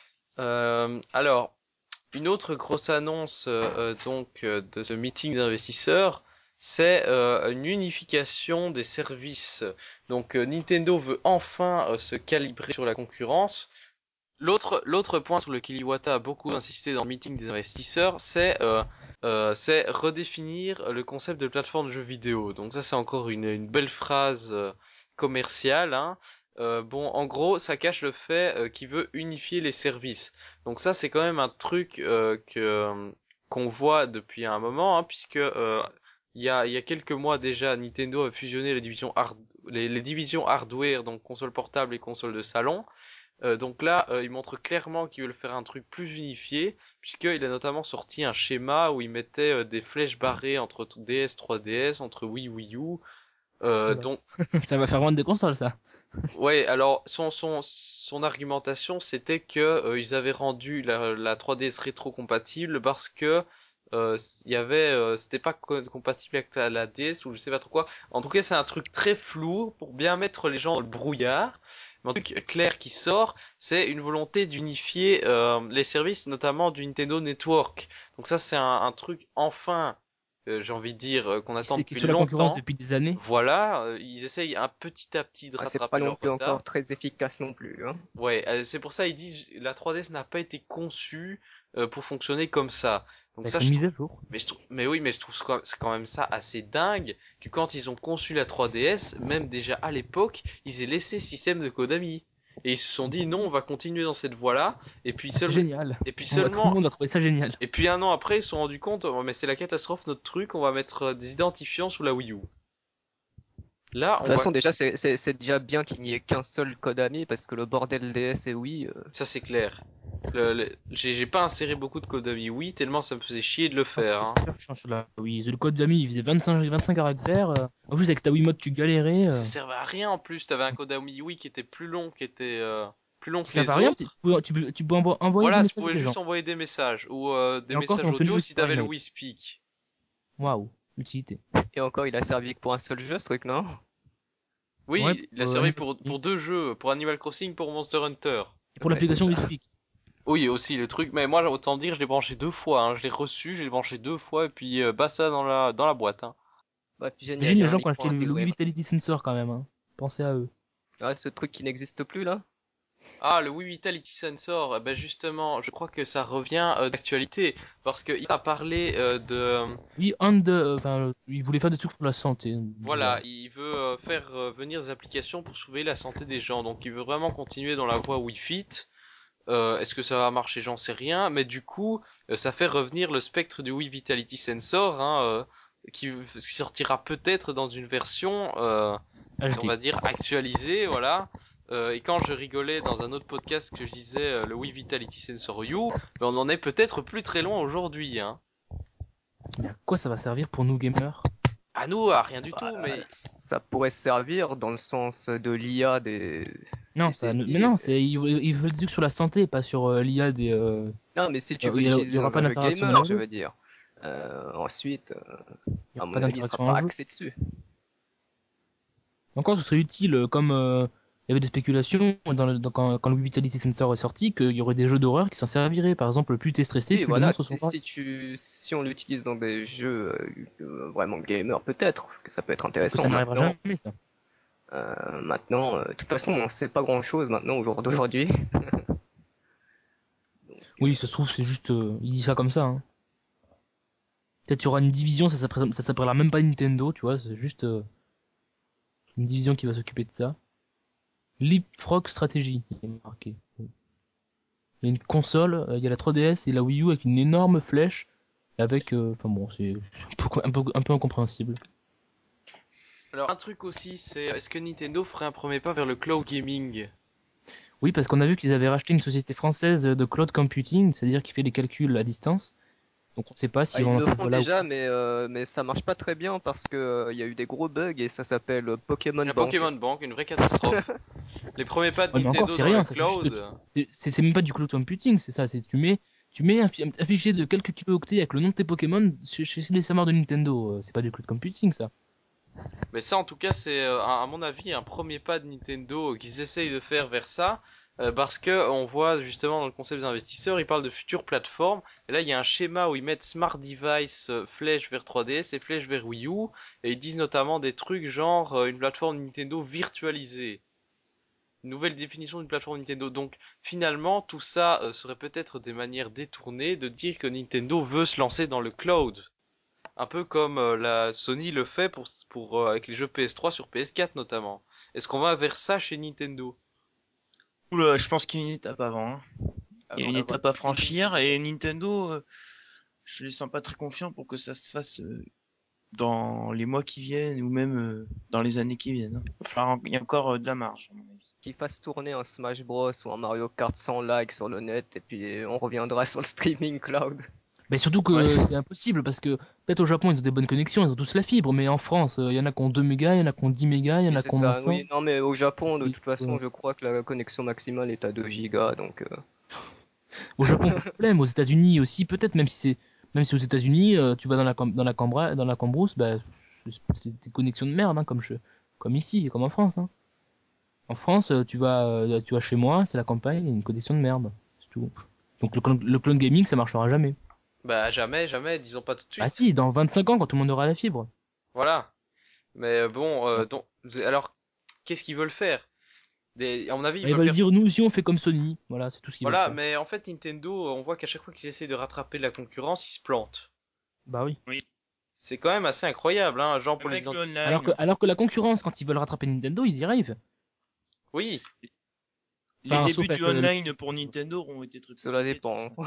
Euh, alors, une autre grosse annonce euh, euh, donc euh, de ce meeting d'investisseurs, c'est euh, une unification des services. Donc euh, Nintendo veut enfin euh, se calibrer sur la concurrence. L'autre l'autre point sur lequel Iwata a beaucoup insisté dans le meeting des investisseurs, c'est euh, euh, c'est redéfinir le concept de plateforme de jeux vidéo. Donc ça c'est encore une, une belle phrase euh, commerciale, hein. Euh, bon, en gros, ça cache le fait euh, qu'il veut unifier les services. Donc ça c'est quand même un truc euh, que euh, qu'on voit depuis un moment, hein, puisque euh, il y a il y a quelques mois déjà, Nintendo a fusionné les divisions hard les, les divisions hardware, donc console portable et console de salon. Euh, donc là, euh, il montre clairement qu'ils veulent faire un truc plus unifié, puisqu'il a notamment sorti un schéma où il mettait euh, des flèches barrées entre D S, trois D S, entre Wii, Wii U, Euh, Voilà. donc, Ça va faire vendre des consoles, ça. ouais, alors son son son argumentation c'était que euh, ils avaient rendu la, la trois D S rétro-compatible parce que euh, il y avait euh, c'était pas co- compatible avec la, la D S ou je sais pas trop quoi. En tout cas, c'est un truc très flou pour bien mettre les gens dans le brouillard. Mais un truc clair qui sort, c'est une volonté d'unifier euh, les services, notamment du Nintendo Network. Donc ça, c'est un, un truc enfin, euh, j'ai envie de dire, euh, qu'on Qui attend c'est qui est depuis sur la concurrence longtemps. depuis des années. Voilà, euh, ils essayent un petit à petit de Ah, c'est rattraper pas non leur plus retard. encore très efficace non plus, hein. Ouais, euh, c'est pour ça ils disent la trois D S n'a pas été conçue euh, pour fonctionner comme ça. Ça Donc va ça être une je mise trouve, à jour. mais je trouve, mais oui, mais je trouve c'est quand c'est quand même ça assez dingue que quand ils ont conçu la trois D S, même déjà à l'époque, ils aient laissé ce système de Konami et ils se sont dit non, on va continuer dans cette voie-là et puis Ah, c'est seulement génial. et puis On va, tout le seulement monde a trouvé ça génial. et puis un an après, ils se sont rendus compte, oh, mais c'est la catastrophe notre truc, on va mettre euh, des identifiants sous la Wii U. Là, De on toute va façon, déjà, c'est c'est- c'est déjà bien qu'il n'y ait qu'un seul Konami, parce que le bordel D S et Wii, euh, Ça c'est clair. Le, le- j'ai j'ai pas inséré beaucoup de code d'amis oui, tellement ça me faisait chier de le Ah, faire. c'était Hein. super chiant sur la oui, le code d'amis, il faisait vingt-cinq, vingt-cinq caractères. euh. En plus, avec ta Wiimote, tu galérais. Ça euh. servait à rien en plus. T'avais un code d'amis oui qui était plus long, qui était euh, plus long Ça que servait les à rien, tu autres. pouvais, tu peux, tu peux envo- envoyer des Voilà, tu messages à pouvais des juste gens. envoyer des messages ou euh, des Et encore, messages ton tenue audio si aussi t'avais le Fahrenheit. WeSpeak. Waouh, l'utilité. et encore, il a servi que pour un seul jeu, ce truc, non? Ouais, Oui, il pour a euh, servi Animal pour Crossing. pour deux jeux, pour Animal Crossing, pour Monster Hunter. Et pour Ouais, c'est l'application ça. WeSpeak. Oui, aussi le truc. Mais moi, autant dire, je l'ai branché deux fois. Hein. Je l'ai reçu, je l'ai branché deux fois et puis euh, basta dans la dans la boîte. Hein. Ouais, puis génial, T'imagines il y les a un gens qui ont acheté écran le, le Wii intégré. Vitality Sensor quand même. Hein. Pensez à eux. Ah, ce truc qui n'existe plus, là? Ah, le Wii Vitality Sensor, eh ben justement, je crois que ça revient euh, d'actualité parce qu'il a parlé euh, de, Oui, un de, euh, enfin, euh, il voulait faire des trucs pour la santé, voilà, bizarre. il veut euh, faire euh, venir des applications pour surveiller la santé des gens, donc il veut vraiment continuer dans la voie Wii Fit. Euh, est-ce que ça va marcher? J'en sais rien, mais du coup, euh, ça fait revenir le spectre du Wii Vitality Sensor, hein, euh, qui, qui sortira peut-être dans une version euh, on H D. va dire actualisé, voilà. Euh, et quand je rigolais dans un autre podcast que je disais euh, le Wii Vitality Sensor U, ben on en est peut-être plus très loin aujourd'hui, hein. Mais à quoi ça va servir pour nous gamers? À nous, à rien du tout, Bah, mais ça pourrait servir dans le sens de l'I A des, Non, des ça, ne- mais T I, non, mais... c'est, il, il veut des trucs sur la santé, pas sur euh, l'I A des. Euh, Non, mais si tu euh, veux il y, a- il y l'utiliser aura dans pas un jeu d'interaction gamer, dans le je jeu. veux dire. Euh, ensuite, euh, Il y à aura mon pas avis, il sera d'interaction dans pas le jeu. axé dessus. Encore, ce serait utile, euh, comme euh, il y avait des spéculations dans le- dans- quand, quand le Wii Vitality Sensor est sorti, qu'il y aurait des jeux d'horreur qui s'en serviraient. Par exemple, plus t'es stressé, Oui, plus les voilà, monstres sont si, si grands. tu, si on l'utilise dans des jeux euh, euh, vraiment gamer, peut-être que ça peut être Sauf que intéressant. ça n'arrivera Maintenant, jamais, ça. euh, maintenant, euh, de toute façon, on sait pas grand-chose maintenant au jour d'aujourd'hui. Donc, Oui, euh, ça se trouve, c'est juste, euh, il dit ça comme ça. Hein. Peut-être il y aura une division, ça s'appelle- ça s'appellera même pas Nintendo, tu vois, c'est juste euh, une division qui va s'occuper de ça. Leapfrog Strategy, il est marqué. Il y a une console, euh, il y a la trois D S et la Wii U avec une énorme flèche, avec, euh, enfin bon, c'est un peu, un peu, un peu incompréhensible. alors un truc aussi, c'est est-ce que Nintendo ferait un premier pas vers le cloud gaming? Oui, parce qu'on a vu qu'ils avaient racheté une société française de cloud computing, c'est-à-dire qui fait des calculs à distance. Donc on ne sait pas ah, s'ils vont ils dans le cette font voie-là ou déjà, pas. mais euh, mais ça marche pas très bien parce que euh, il y a eu des gros bugs et ça s'appelle euh, Pokémon La Bank. Pokémon Bank, une vraie catastrophe. Les premiers pas de Ouais, mais encore, Nintendo c'est dans le rien, ça c'est juste, cloud. c'est c'est- c'est même pas du cloud computing, c'est ça, c'est tu mets, tu mets un, fi- un fichier de quelques kilooctets avec le nom de tes Pokémon chez, chez les serveurs de Nintendo, euh, c'est pas du cloud computing ça. Mais ça, en tout cas, c'est euh, à à mon avis un premier pas de Nintendo euh, qu'ils essayent de faire vers ça, euh, parce que on voit justement dans le concept des investisseurs, ils parlent de futures plateformes. Et là, il y a un schéma où ils mettent Smart Device euh, flèche vers trois D S et flèche vers Wii U, et ils disent notamment des trucs genre euh, une plateforme Nintendo virtualisée. Une nouvelle définition d'une plateforme Nintendo. Donc finalement, tout ça euh, serait peut-être des manières détournées de dire que Nintendo veut se lancer dans le cloud. Un peu comme euh, la Sony le fait pour, pour euh, avec les jeux P S trois sur P S quatre notamment. Est-ce qu'on va vers ça chez Nintendo? Oula, je pense qu'il y a une étape avant. Hein. Il y a Avant une d'avoir étape du à streaming, franchir et peut-être. Nintendo, euh, je les sens pas très confiants pour que ça se fasse euh, dans les mois qui viennent ou même euh, dans les années qui viennent. Hein. Enfin, il y a encore euh, de la marge, à mon avis. Qu'ils fassent tourner un Smash Bros ou un Mario Kart sans lag sur le net et puis on reviendra sur le streaming cloud. Mais surtout que Ouais. c'est impossible parce que peut-être au Japon ils ont des bonnes connexions, ils ont tous la fibre, mais en France, euh, il y en a qui ont deux mégas, il y en a qui ont dix mégas, il y en Oui, a c'est qui en ont ça. cent. Oui, non, mais au Japon, de Et, toute façon, euh, je crois que la connexion maximale est à deux gigas, donc euh, Au Japon, pas de problème. Aux États-Unis aussi, peut-être, même si c'est, même si aux États-Unis, euh, tu vas dans la cam- dans la cambra, dans la cambrousse, bah, c'est c'est des connexions de merde, hein, comme je, comme ici, comme en France, hein. En France, euh, tu vas, euh, tu vas chez moi, c'est la campagne, il y a une connexion de merde, c'est tout. Donc le, cloud- le cloud gaming, ça marchera jamais. Bah jamais, jamais, disons pas tout de Ah suite. si, dans vingt-cinq ans, quand tout le monde aura la fibre. Voilà. Mais euh, bon, euh, Alors, donc, alors, qu'est-ce qu'ils veulent faire? Des, à mon avis, ils bah, ils veulent veulent faire. dire, nous aussi, on fait comme Sony. Voilà, c'est tout ce qu'ils veulent Voilà, faire. mais en fait, Nintendo, on voit qu'à chaque fois qu'ils essayent de rattraper la concurrence, ils se plantent. Bah oui. Oui. C'est quand même assez incroyable, hein, genre pour les Avec le identi- Alors que, online, alors que la concurrence, quand ils veulent rattraper Nintendo, ils y arrivent. Oui, les Enfin, débuts sauf du avec le, le online petit- pour Nintendo ont été très cela compliqués de toute dépend. façon.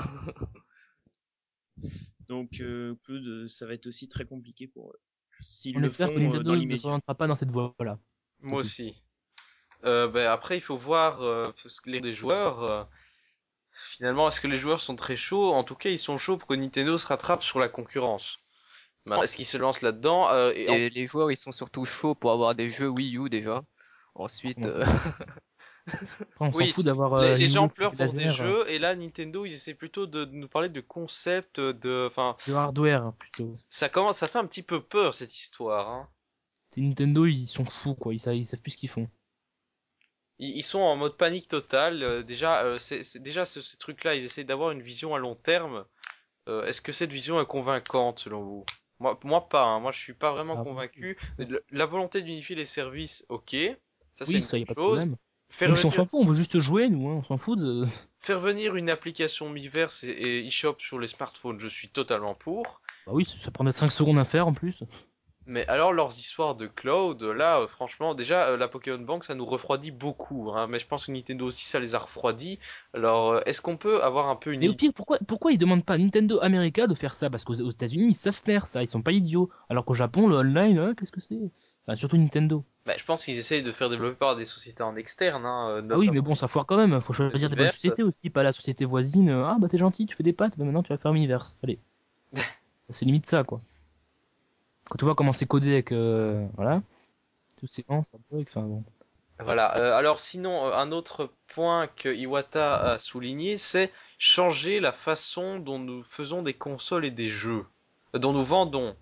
Donc, euh, Claude, euh, ça va être aussi très compliqué pour eux. S'ils On le espère que font euh, dans Nintendo ne l'immédiat. s'orientera pas dans cette voie-là. C'est moi tout. aussi. Euh, ben après, il faut voir euh, parce que les des joueurs. euh, finalement, est-ce que les joueurs sont très chauds? En tout cas, ils sont chauds pour que Nintendo se rattrape sur la concurrence. Maintenant, est-ce qu'ils se lancent là-dedans? Euh, et en- Et les joueurs, ils sont surtout chauds pour avoir des jeux Wii U déjà. Ensuite, Comment ça? euh, Après, on s'en Oui, fout c'est- d'avoir les, euh, les gens Ryu qui pleurent fait pour des laser, euh, jeux, et là, Nintendo, ils essaient plutôt de, de nous parler de concepts, de, enfin, de hardware plutôt. ça commence, ça fait un petit peu peur cette histoire, hein. C'est Nintendo, ils sont fous quoi, ils savent, ils savent plus ce qu'ils font. Ils, ils sont en mode panique totale. euh, déjà, euh, c'est, c'est- déjà ce- ces trucs-là, ils essaient d'avoir une vision à long terme. Euh, est-ce que cette vision est convaincante selon vous? Moi, moi pas. Hein. Moi, je suis pas vraiment Ah bon. convaincu. Le- La volonté d'unifier les services, ok, ça c'est Oui, une ça y bonne a pas de chose. problème. Faire Même si on venir, s'en fout, on veut juste jouer nous, hein, on s'en fout de... faire venir une application Miiverse et, et eShop sur les smartphones, je suis totalement pour. Bah oui, ça prendrait cinq secondes à faire en plus. Mais alors leurs histoires de cloud, là, euh, franchement, déjà euh, la Pokémon Bank, ça nous refroidit beaucoup, hein, mais je pense que Nintendo aussi, ça les a refroidis. Alors, euh, est-ce qu'on peut avoir un peu une Mais au idée? pire, pourquoi, pourquoi ils demandent pas à Nintendo America de faire ça? Parce qu'aux aux États-Unis, ils savent faire ça, ils sont pas idiots. Alors qu'au Japon, le online, hein, qu'est-ce que c'est? Enfin, surtout Nintendo. Bah, je pense qu'ils essayent de faire développer par des sociétés en externe, hein, euh, Ah oui, notamment mais bon, ça foire quand même, faut choisir des bonnes Miiverse. sociétés aussi, pas la société voisine. euh, Ah bah t'es gentil, tu fais des pâtes, bah maintenant tu vas faire Miiverse. Allez, c'est limite ça quoi. Quand tu vois comment c'est codé avec, euh, voilà, tous ces noms, ça bug, enfin bon. Voilà. Euh, alors sinon, euh, un autre point que Iwata a souligné, c'est changer la façon dont nous faisons des consoles et des jeux, euh, dont nous vendons.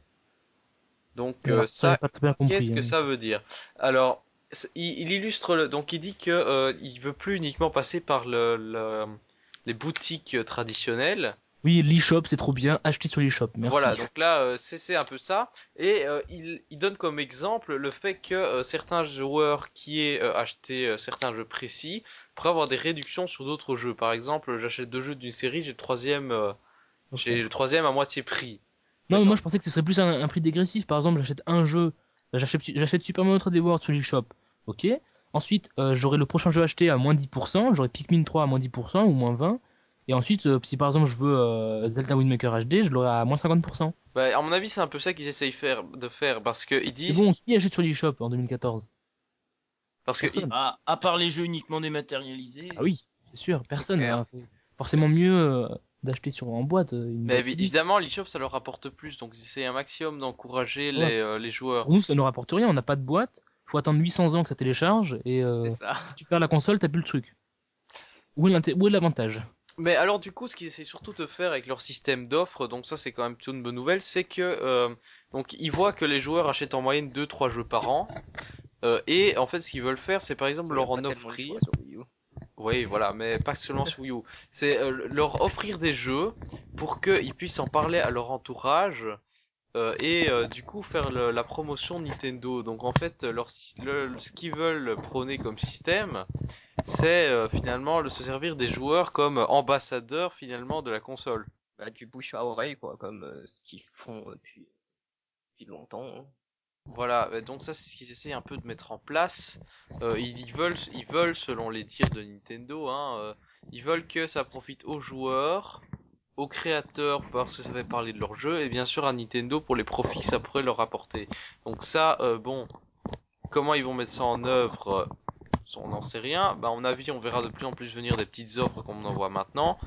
Donc euh, Alors ça, j'ai ça, pas très bien qu'est-ce compris, que hein. ça veut dire? Alors, c- il, il illustre le, donc il dit que euh, il veut plus uniquement passer par le, le- les boutiques euh, traditionnelles. Oui, l'eShop, c'est trop bien, acheter sur l'eShop, Voilà, merci. donc là, euh, c'est c'est un peu ça. Et euh, il, il donne comme exemple le fait que euh, certains joueurs qui aient euh, acheté euh, certains jeux précis pourraient avoir des réductions sur d'autres jeux. Par exemple, j'achète deux jeux d'une série, j'ai le troisième, euh, j'ai le troisième à moitié prix. Non, mais moi Genre, je pensais que ce serait plus un, un prix dégressif. Par exemple, j'achète un jeu, bah, j'achète j'achète Super Mario trois D World sur l'eShop, ok. Ensuite, euh, j'aurai le prochain jeu acheté à moins dix pour cent, j'aurai Pikmin trois à moins dix pour cent ou moins vingt. Et ensuite, euh, si par exemple je veux euh, Zelda Wind Waker H D, je l'aurai à moins cinquante pour cent. bah, à mon avis, c'est un peu ça qu'ils essayent faire, de faire parce que ils Mais disent, bon, qui achète sur l'eShop en deux mille quatorze? parce que ils- Personne. À, à part les jeux uniquement dématérialisés. Ah oui, c'est sûr, c'est personne. clair. Hein, c'est forcément mieux euh, d'acheter sur en boîte, euh, une mais boîte évi- physique. évidemment, l'eShop ça leur rapporte plus, donc ils essayent un maximum d'encourager Voilà. les, euh, les joueurs. Pour nous, ça ne rapporte rien, on n'a pas de boîte, faut attendre huit cents ans que ça télécharge, et C'est euh, ça. si tu perds la console, t'as plus le truc. Où est l'inté- où est l'avantage? Mais alors du coup, ce qu'ils essaient surtout de faire avec leur système d'offres, donc ça c'est quand même plutôt une bonne nouvelle, c'est que euh, donc ils voient que les joueurs achètent en moyenne deux trois jeux par an, euh, et en fait ce qu'ils veulent faire, c'est par exemple Il n'y a leur pas en tellement de choix offrir, sur Wii U. oui voilà, mais pas seulement sur Wii U, c'est euh, leur offrir des jeux pour qu'ils puissent en parler à leur entourage. Euh, et euh, du coup faire le- la promotion de Nintendo. Donc en fait, leur, syst- le- ce qu'ils veulent prôner comme système, c'est euh, finalement de se servir des joueurs comme ambassadeurs finalement de la console. Bah, du bouche à oreille, quoi, comme euh, ce qu'ils font euh, depuis, depuis longtemps, hein. Voilà, euh, donc ça c'est ce qu'ils essayent un peu de mettre en place. Euh, ils, ils veulent, ils veulent, selon les dires de Nintendo, hein, euh, ils veulent que ça profite aux joueurs, aux créateurs parce que ça fait parler de leur jeu, et bien sûr à Nintendo pour les profits que ça pourrait leur apporter. Donc ça, euh, bon, comment ils vont mettre ça en œuvre, euh, on n'en sait rien. Bah, à mon avis, on verra de plus en plus venir des petites offres comme on en voit maintenant.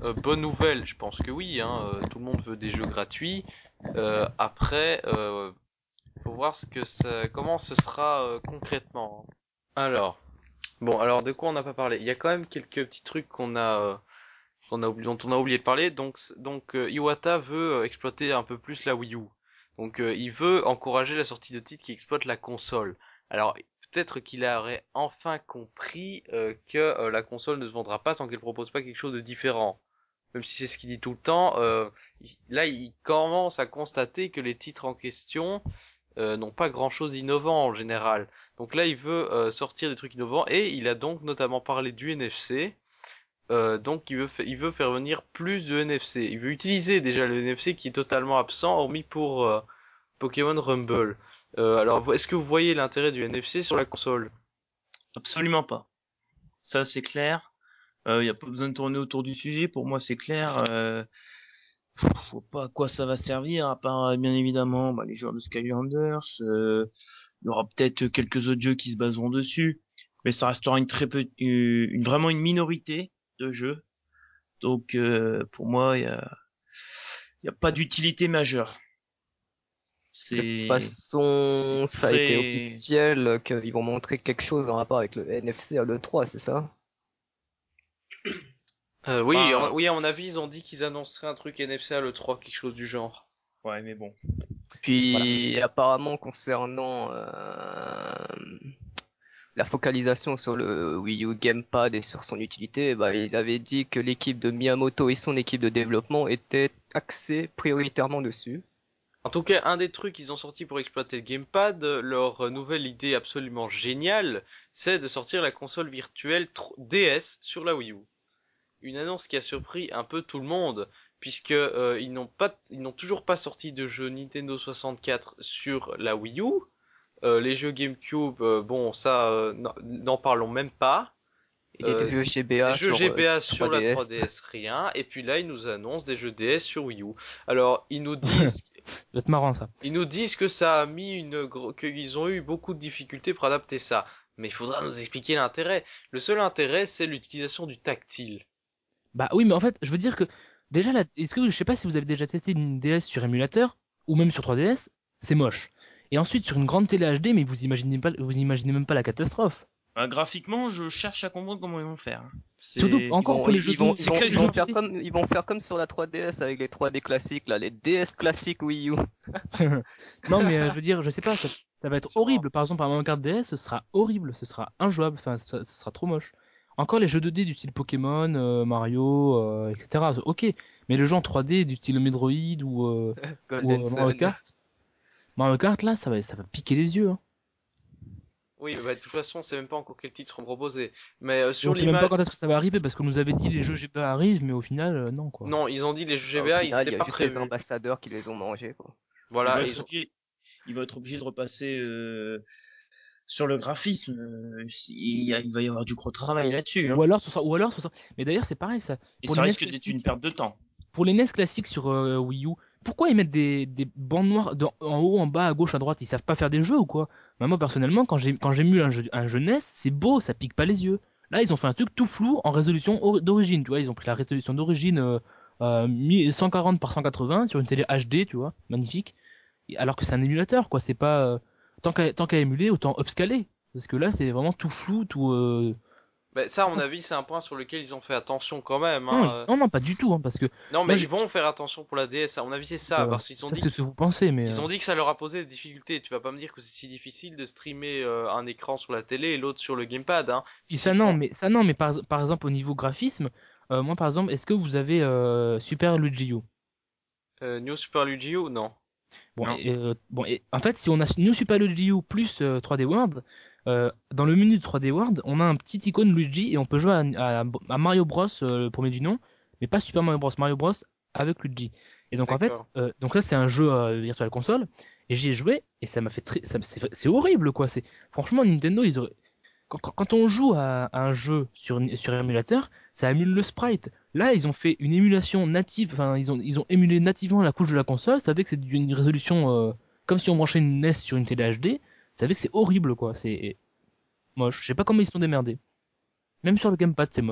Euh, bonne nouvelle, je pense que oui, hein, euh, tout le monde veut des jeux gratuits. Euh, après, euh, faut voir ce que ça, comment ce sera euh, concrètement. Alors, bon, alors de quoi on n'a pas parlé? Il y a quand même quelques petits trucs qu'on a, euh, qu'on a oublié, dont on a oublié de parler. Donc, c- donc euh, Iwata veut euh, exploiter un peu plus la Wii U. Donc, euh, il veut encourager la sortie de titres qui exploitent la console. Alors, peut-être qu'il aurait enfin compris euh, que euh, la console ne se vendra pas tant qu'elle propose pas quelque chose de différent. Même si c'est ce qu'il dit tout le temps, euh, il- là, il commence à constater que les titres en question euh, n'ont pas grand-chose d'innovant en général. Donc là, il veut euh, sortir des trucs innovants et il a donc notamment parlé du N F C. Euh, donc il veut, fa- il veut faire venir plus de N F C. Il veut utiliser déjà le N F C qui est totalement absent, hormis pour euh, Pokémon Rumble. Euh, alors, vo- est-ce que vous voyez l'intérêt du N F C sur la console? Absolument pas. Ça, c'est clair. Il euh, y a pas besoin de tourner autour du sujet. Pour moi, c'est clair. Euh, je vois pas à quoi ça va servir, à part, euh, bien évidemment, bah, les joueurs de Skylanders. Euh, il y aura peut-être quelques autres jeux qui se baseront dessus, mais ça restera une très peu, une, une- vraiment une minorité de jeux. Donc, euh, pour moi, il y a, il y a pas d'utilité majeure. De toute C'est, c'est façon, ça a été très, officiel qu'ils vont montrer quelque chose en rapport avec le N F C à l'E trois, c'est ça? Euh, oui, en- bah, oui, à mon avis, ils ont dit qu'ils annonceraient un truc N F C à l'E trois, quelque chose du genre. ouais, mais bon. Voilà. Puis apparemment concernant euh, la focalisation sur le Wii U Gamepad et sur son utilité, bah, il avait dit que l'équipe de Miyamoto et son équipe de développement étaient axés prioritairement dessus. En tout cas, un des trucs qu'ils ont sorti pour exploiter le gamepad, euh, leur euh, nouvelle idée absolument géniale, c'est de sortir la console virtuelle tr- D S sur la Wii U. Une annonce qui a surpris un peu tout le monde, puisque euh, ils n'ont pas, ils n'ont toujours pas sorti de jeu Nintendo soixante-quatre sur la Wii U. Euh, les jeux GameCube, euh, bon, ça, euh, n'en n'en parlons même pas. Et des Euh, jeux des G B A jeux sur euh, G B A sur la trois D S. trois D S, rien. Et puis là, ils nous annoncent des jeux D S sur Wii U. Alors, ils nous disent Ça va être marrant ça. Ils nous disent que ça a mis une gro- qu'ils ont eu beaucoup de difficultés pour adapter ça. Mais il faudra nous expliquer l'intérêt. Le seul intérêt, c'est l'utilisation du tactile. Bah oui, mais en fait, je veux dire que déjà, là, est-ce que je sais pas si vous avez déjà testé une D S sur émulateur ou même sur trois D S, c'est moche. Et ensuite sur une grande télé H D, mais vous imaginez pas, vous imaginez même pas la catastrophe. Bah, graphiquement, je cherche à comprendre comment ils vont faire. Surtout C'est, Ils encore vont, pour les ils jeux ils vont, de, ils c'est vont, ils quasiment vont les faire jeux comme, ils vont faire comme sur la trois D S avec les trois D classiques là, les D S classiques Wii U. Non, mais euh, je veux dire, je sais pas, ça, ça va être Sûrement. horrible. Par exemple, un Mario Kart D S, ce sera horrible, ce sera injouable, enfin, ça- ce sera trop moche. Encore les jeux deux D du style Pokémon, euh, Mario, euh, et cetera. Ok, mais le jeu en trois D du style Metroid ou, euh, ou Golden euh, Mario Sun. Kart, Mario Kart là, ça va, ça va piquer les yeux. Hein. Oui, bah, de toute façon, on sait même pas encore quels titres seront proposés. Mais euh, Et sur on sait même pas l'image, quand est-ce que ça va arriver parce qu'on nous avait dit les jeux G B A arrivent, mais au final, euh, non quoi. non, ils ont dit les jeux Bah, au G B A, ils final, étaient il y a pas juste les prévus. ambassadeurs qui les ont mangés, quoi. il Voilà, va et être ils ont... obligé, il va être obligé de repasser euh, sur le graphisme. Euh, il, y a- il va y avoir du gros travail là-dessus, hein. Ou alors ce sera, ou alors ce sera. Mais d'ailleurs, c'est pareil ça. Et Pour ça les N E S risque d'être une classiques, perte de temps. pour les N E S classiques sur euh, Wii U, pourquoi ils mettent des, des bandes noires de- en haut, en bas, à gauche, à droite? Ils savent pas faire des jeux ou quoi? Bah, moi personnellement, quand j'ai quand j'émule un jeu, un jeu N E S, c'est beau, ça pique pas les yeux. Là, ils ont fait un truc tout flou en résolution or- d'origine, tu vois. Ils ont pris la résolution d'origine euh, euh, mi- cent quarante par cent quatre-vingts sur une télé H D, tu vois, magnifique. Et- Alors que c'est un émulateur, quoi. C'est pas euh, tant qu'à tant qu'à émuler, autant upscaler. Parce que là, c'est vraiment tout flou, tout. Euh, Bah, ça, à mon avis, c'est un point sur lequel ils ont fait attention quand même, Non, hein. ils- euh. non, non, pas du tout, hein, parce que Non, moi, mais ils j'ai, vont faire attention pour la D S. À mon avis, c'est ça, euh, parce qu'ils ont ça dit c'est ce que qu'ils vous pensez, mais ils euh, ont dit que ça leur a posé des difficultés. Tu vas pas me dire que c'est si difficile de streamer euh, un écran sur la télé et l'autre sur le gamepad, hein. et ça S'ils non, font mais ça non, mais par, par exemple au niveau graphisme, euh, moi par exemple, est-ce que vous avez euh, Super Luigi U? euh, New Super Luigi U, non. Bon, Non. et, euh, bon, et, en fait, si on a New Super Luigi U plus euh, trois D World, euh, dans le menu de trois D World, on a un petit icône Luigi et on peut jouer à, à- à Mario Bros, euh, le premier du nom, mais pas Super Mario Bros, Mario Bros avec Luigi. Et donc en fait, D'accord. euh, donc là c'est un jeu euh, Virtual Console et j'y ai joué et ça m'a fait très, ça, c'est, c'est horrible quoi. C'est franchement Nintendo ils auraient quand, quand- quand on joue à, à un jeu sur, sur émulateur, ça émule le sprite. Là, ils ont fait une émulation native, enfin, ils ont, ils ont émulé nativement la couche de la console. Ça fait que c'est d'une résolution euh, comme si on branchait une N E S sur une télé H D. Ça fait que c'est horrible, quoi. C'est moche. Je sais pas comment ils se sont démerdés. Même sur le gamepad, c'est moche.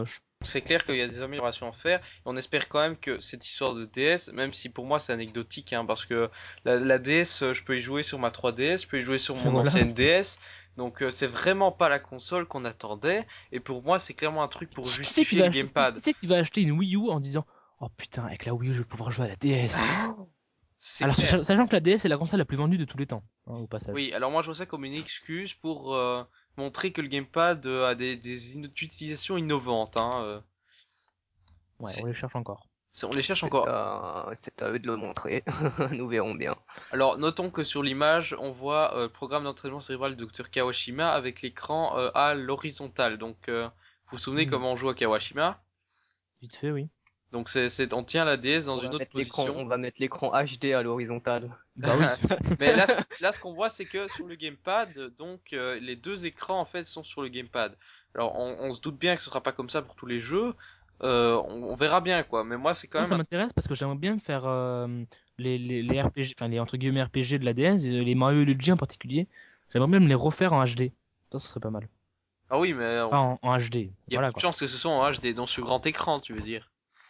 C'est clair qu'il y a des améliorations à faire. Et on espère quand même que cette histoire de D S, même si pour moi c'est anecdotique, hein, parce que la, la D S, euh, je peux y jouer sur ma trois D S, je peux y jouer sur mon Voilà. ancienne D S. Donc euh, c'est vraiment pas la console qu'on attendait. Et pour moi c'est clairement un truc pour Qui qui c'est qui justifier va le acheter, gamepad. qui c'est qui va acheter une Wii U en disant oh putain, avec la Wii U, je vais pouvoir jouer à la D S. C'est Alors, clair. sachant sachant que la D S est la console la plus vendue de tous les temps, hein, au passage. Oui, alors moi je vois ça comme une excuse pour euh, montrer que le gamepad euh, a des, des in- utilisations innovantes. Hein, euh. Ouais, on C'est- les cherche encore. c'est- on les cherche C'est encore. à, c'est à eux de le montrer. Nous verrons bien. Alors, notons que sur l'image, on voit euh, le programme d'entraînement cérébral du docteur Kawashima avec l'écran euh, à l'horizontale. Donc, euh, vous vous souvenez Hmm. comment on joue à Kawashima? Vite fait, oui. Donc, c'est, c'est, on tient la D S dans On une va autre mettre l'écran, position. on va mettre l'écran H D à l'horizontale. Bah oui. Mais là, c- là, ce qu'on voit, c'est que sur le gamepad, donc euh, les deux écrans en fait sont sur le gamepad. Alors, on, on se doute bien que ce sera pas comme ça pour tous les jeux. Euh, on, on verra bien quoi. Mais moi, c'est quand Moi, même ça un... m'intéresse parce que j'aimerais bien faire euh, les, les, les R P G, enfin les entre guillemets R P G de la D S, euh, les Mario et Luigi en particulier. J'aimerais bien me les refaire en H D. Ça, ce serait pas mal. Ah oui, mais Enfin, en, en H D. il y a Voilà peu de quoi. chances que ce soit en H D, donc sur grand écran, tu veux dire.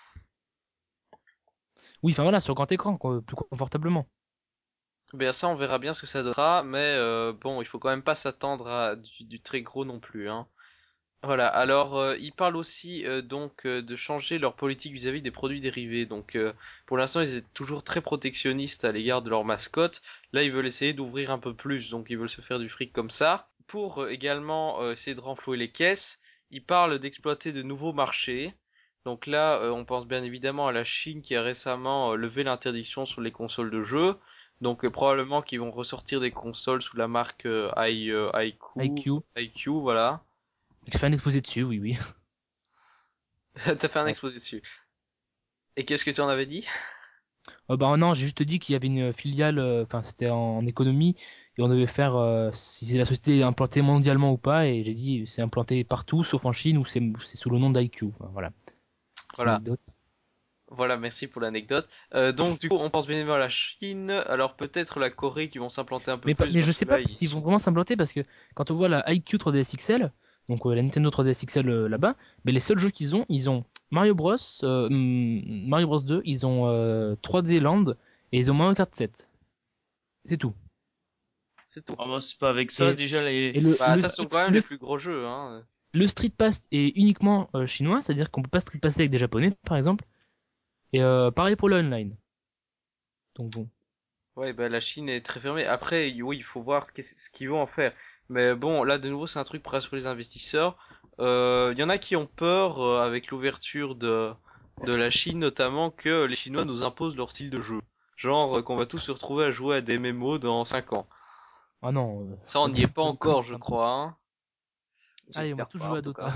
Oui, enfin voilà, sur grand écran, quoi, plus confortablement. Ben ça, on verra bien ce que ça donnera, mais euh, bon, il faut quand même pas s'attendre à du, du très gros non plus, hein. Voilà. Alors, euh, ils parlent aussi euh, donc euh, de changer leur politique vis-à-vis des produits dérivés. Donc, euh, pour l'instant, ils étaient toujours très protectionnistes à l'égard de leur mascotte. Là, ils veulent essayer d'ouvrir un peu plus, donc ils veulent se faire du fric comme ça. Pour euh, également euh, essayer de renflouer les caisses, ils parlent d'exploiter de nouveaux marchés. Donc là, euh, on pense bien évidemment à la Chine qui a récemment euh, levé l'interdiction sur les consoles de jeux. Donc euh, probablement qu'ils vont ressortir des consoles sous la marque euh, i, euh, iQOO, I Q. I Q, voilà. J'ai fait un exposé dessus, oui, oui. T'as fait un Ouais. exposé dessus. Et qu'est-ce que tu en avais dit? Euh, bah non, j'ai juste dit qu'il y avait une filiale, euh, enfin c'était en économie, et on devait faire euh, si la société est implantée mondialement ou pas, et j'ai dit c'est implanté partout, sauf en Chine, où c'est c'est sous le nom d'I Q. Enfin, voilà, petite Voilà. anecdote. Voilà, merci pour l'anecdote. Euh, donc du coup, on pense bien évidemment à la Chine, alors peut-être la Corée qui vont s'implanter un peu Mais, pas- plus mais je parce que sais pas là, ils s'ils vont sont... vraiment s'implanter, parce que quand on voit la I Q trois D S X L, donc euh, la Nintendo trois D S X L euh, là-bas, mais les seuls jeux qu'ils ont, ils ont Mario Bros, euh, hum, Mario Bros deux, ils ont euh, trois D Land, et ils ont Mario Kart sept. C'est tout. C'est tout. Ah bah, c'est pas avec ça, Et, déjà, les... et le, Bah le, ça, ce sont quand même le, les plus gros jeux, hein. le Street Pass est uniquement euh, chinois, c'est-à-dire qu'on peut pas Street Passer avec des japonais, par exemple. Et euh, pareil pour le online. Donc bon. Ouais, bah la Chine est très fermée. Après, y- oui, il faut voir qu'est-ce ce qu'ils vont en faire. Mais bon, là, de nouveau, c'est un truc pour rassurer les investisseurs. Euh, Il y en a qui ont peur, euh, avec l'ouverture de, de la Chine, notamment, que les Chinois nous imposent leur style de jeu. Genre, euh, qu'on va tous se retrouver à jouer à des M M O dans cinq ans. Ah non, euh, Ça, on pas n'y est pas pas beaucoup. encore, je crois, hein. Allez, on va J'espère tous pas jouer en à tout Dota. cas.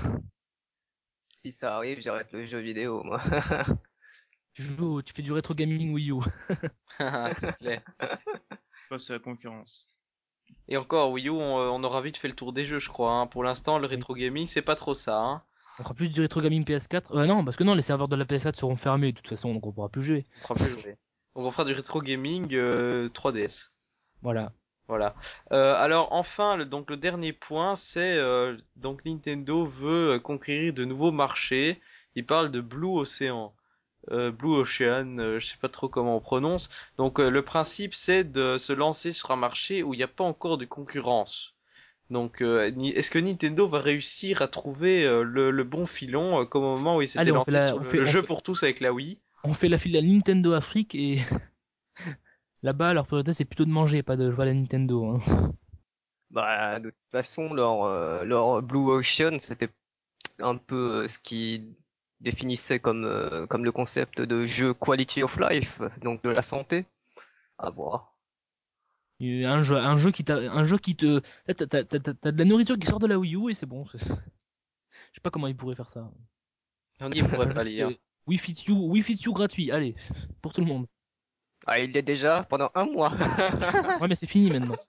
Si ça arrive, j'arrête le jeu vidéo moi. Tu joues, tu fais du rétro gaming Wii U. C'est clair. Pas, c'est la concurrence. Et encore, Wii U, on, euh, on aura vite fait le tour des jeux, je crois, hein. Pour l'instant, le Oui. rétro gaming, c'est pas trop ça, hein. On fera plus du rétro gaming P S quatre. Euh, non, parce que non, les serveurs de la P S quatre seront fermés de toute façon, donc on pourra plus jouer. On fera plus jouer. Donc on fera du rétro gaming euh, trois D S. Voilà. Voilà. Euh, alors enfin, le, donc le dernier point, c'est euh, donc Nintendo veut euh, conquérir de nouveaux marchés. Il parle de Blue Ocean, euh, Blue Ocean, euh, je sais pas trop comment on prononce. Donc euh, le principe, c'est de se lancer sur un marché où il n'y a pas encore de concurrence. Donc euh, ni- est-ce que Nintendo va réussir à trouver euh, le, le bon filon, euh, comme au moment où il s'était Allez, on fait lancé la, sur on le, fait, le on jeu fait, pour tous avec la Wii? on fait la file à Nintendo Afrique et là-bas, leur priorité c'est plutôt de manger, pas de jouer à la Nintendo. Hein. Bah, de toute façon, leur, euh, leur Blue Ocean, c'était un peu euh, ce qui définissait comme, euh, comme le concept de jeu quality of life, donc de la santé. À voir. Et Un jeu, un jeu qui t'a, un jeu qui te, t'as, t'as, t'as, t'as- t'as de la nourriture qui sort de la Wii U et c'est bon. Je sais pas comment ils pourraient faire ça. On y pourrait Un jeu pas qui lire. fait Wii Fit You, Wii Fit You gratuit, allez, pour tout le monde. Ah, il y est déjà pendant un mois. Ouais, mais c'est fini maintenant.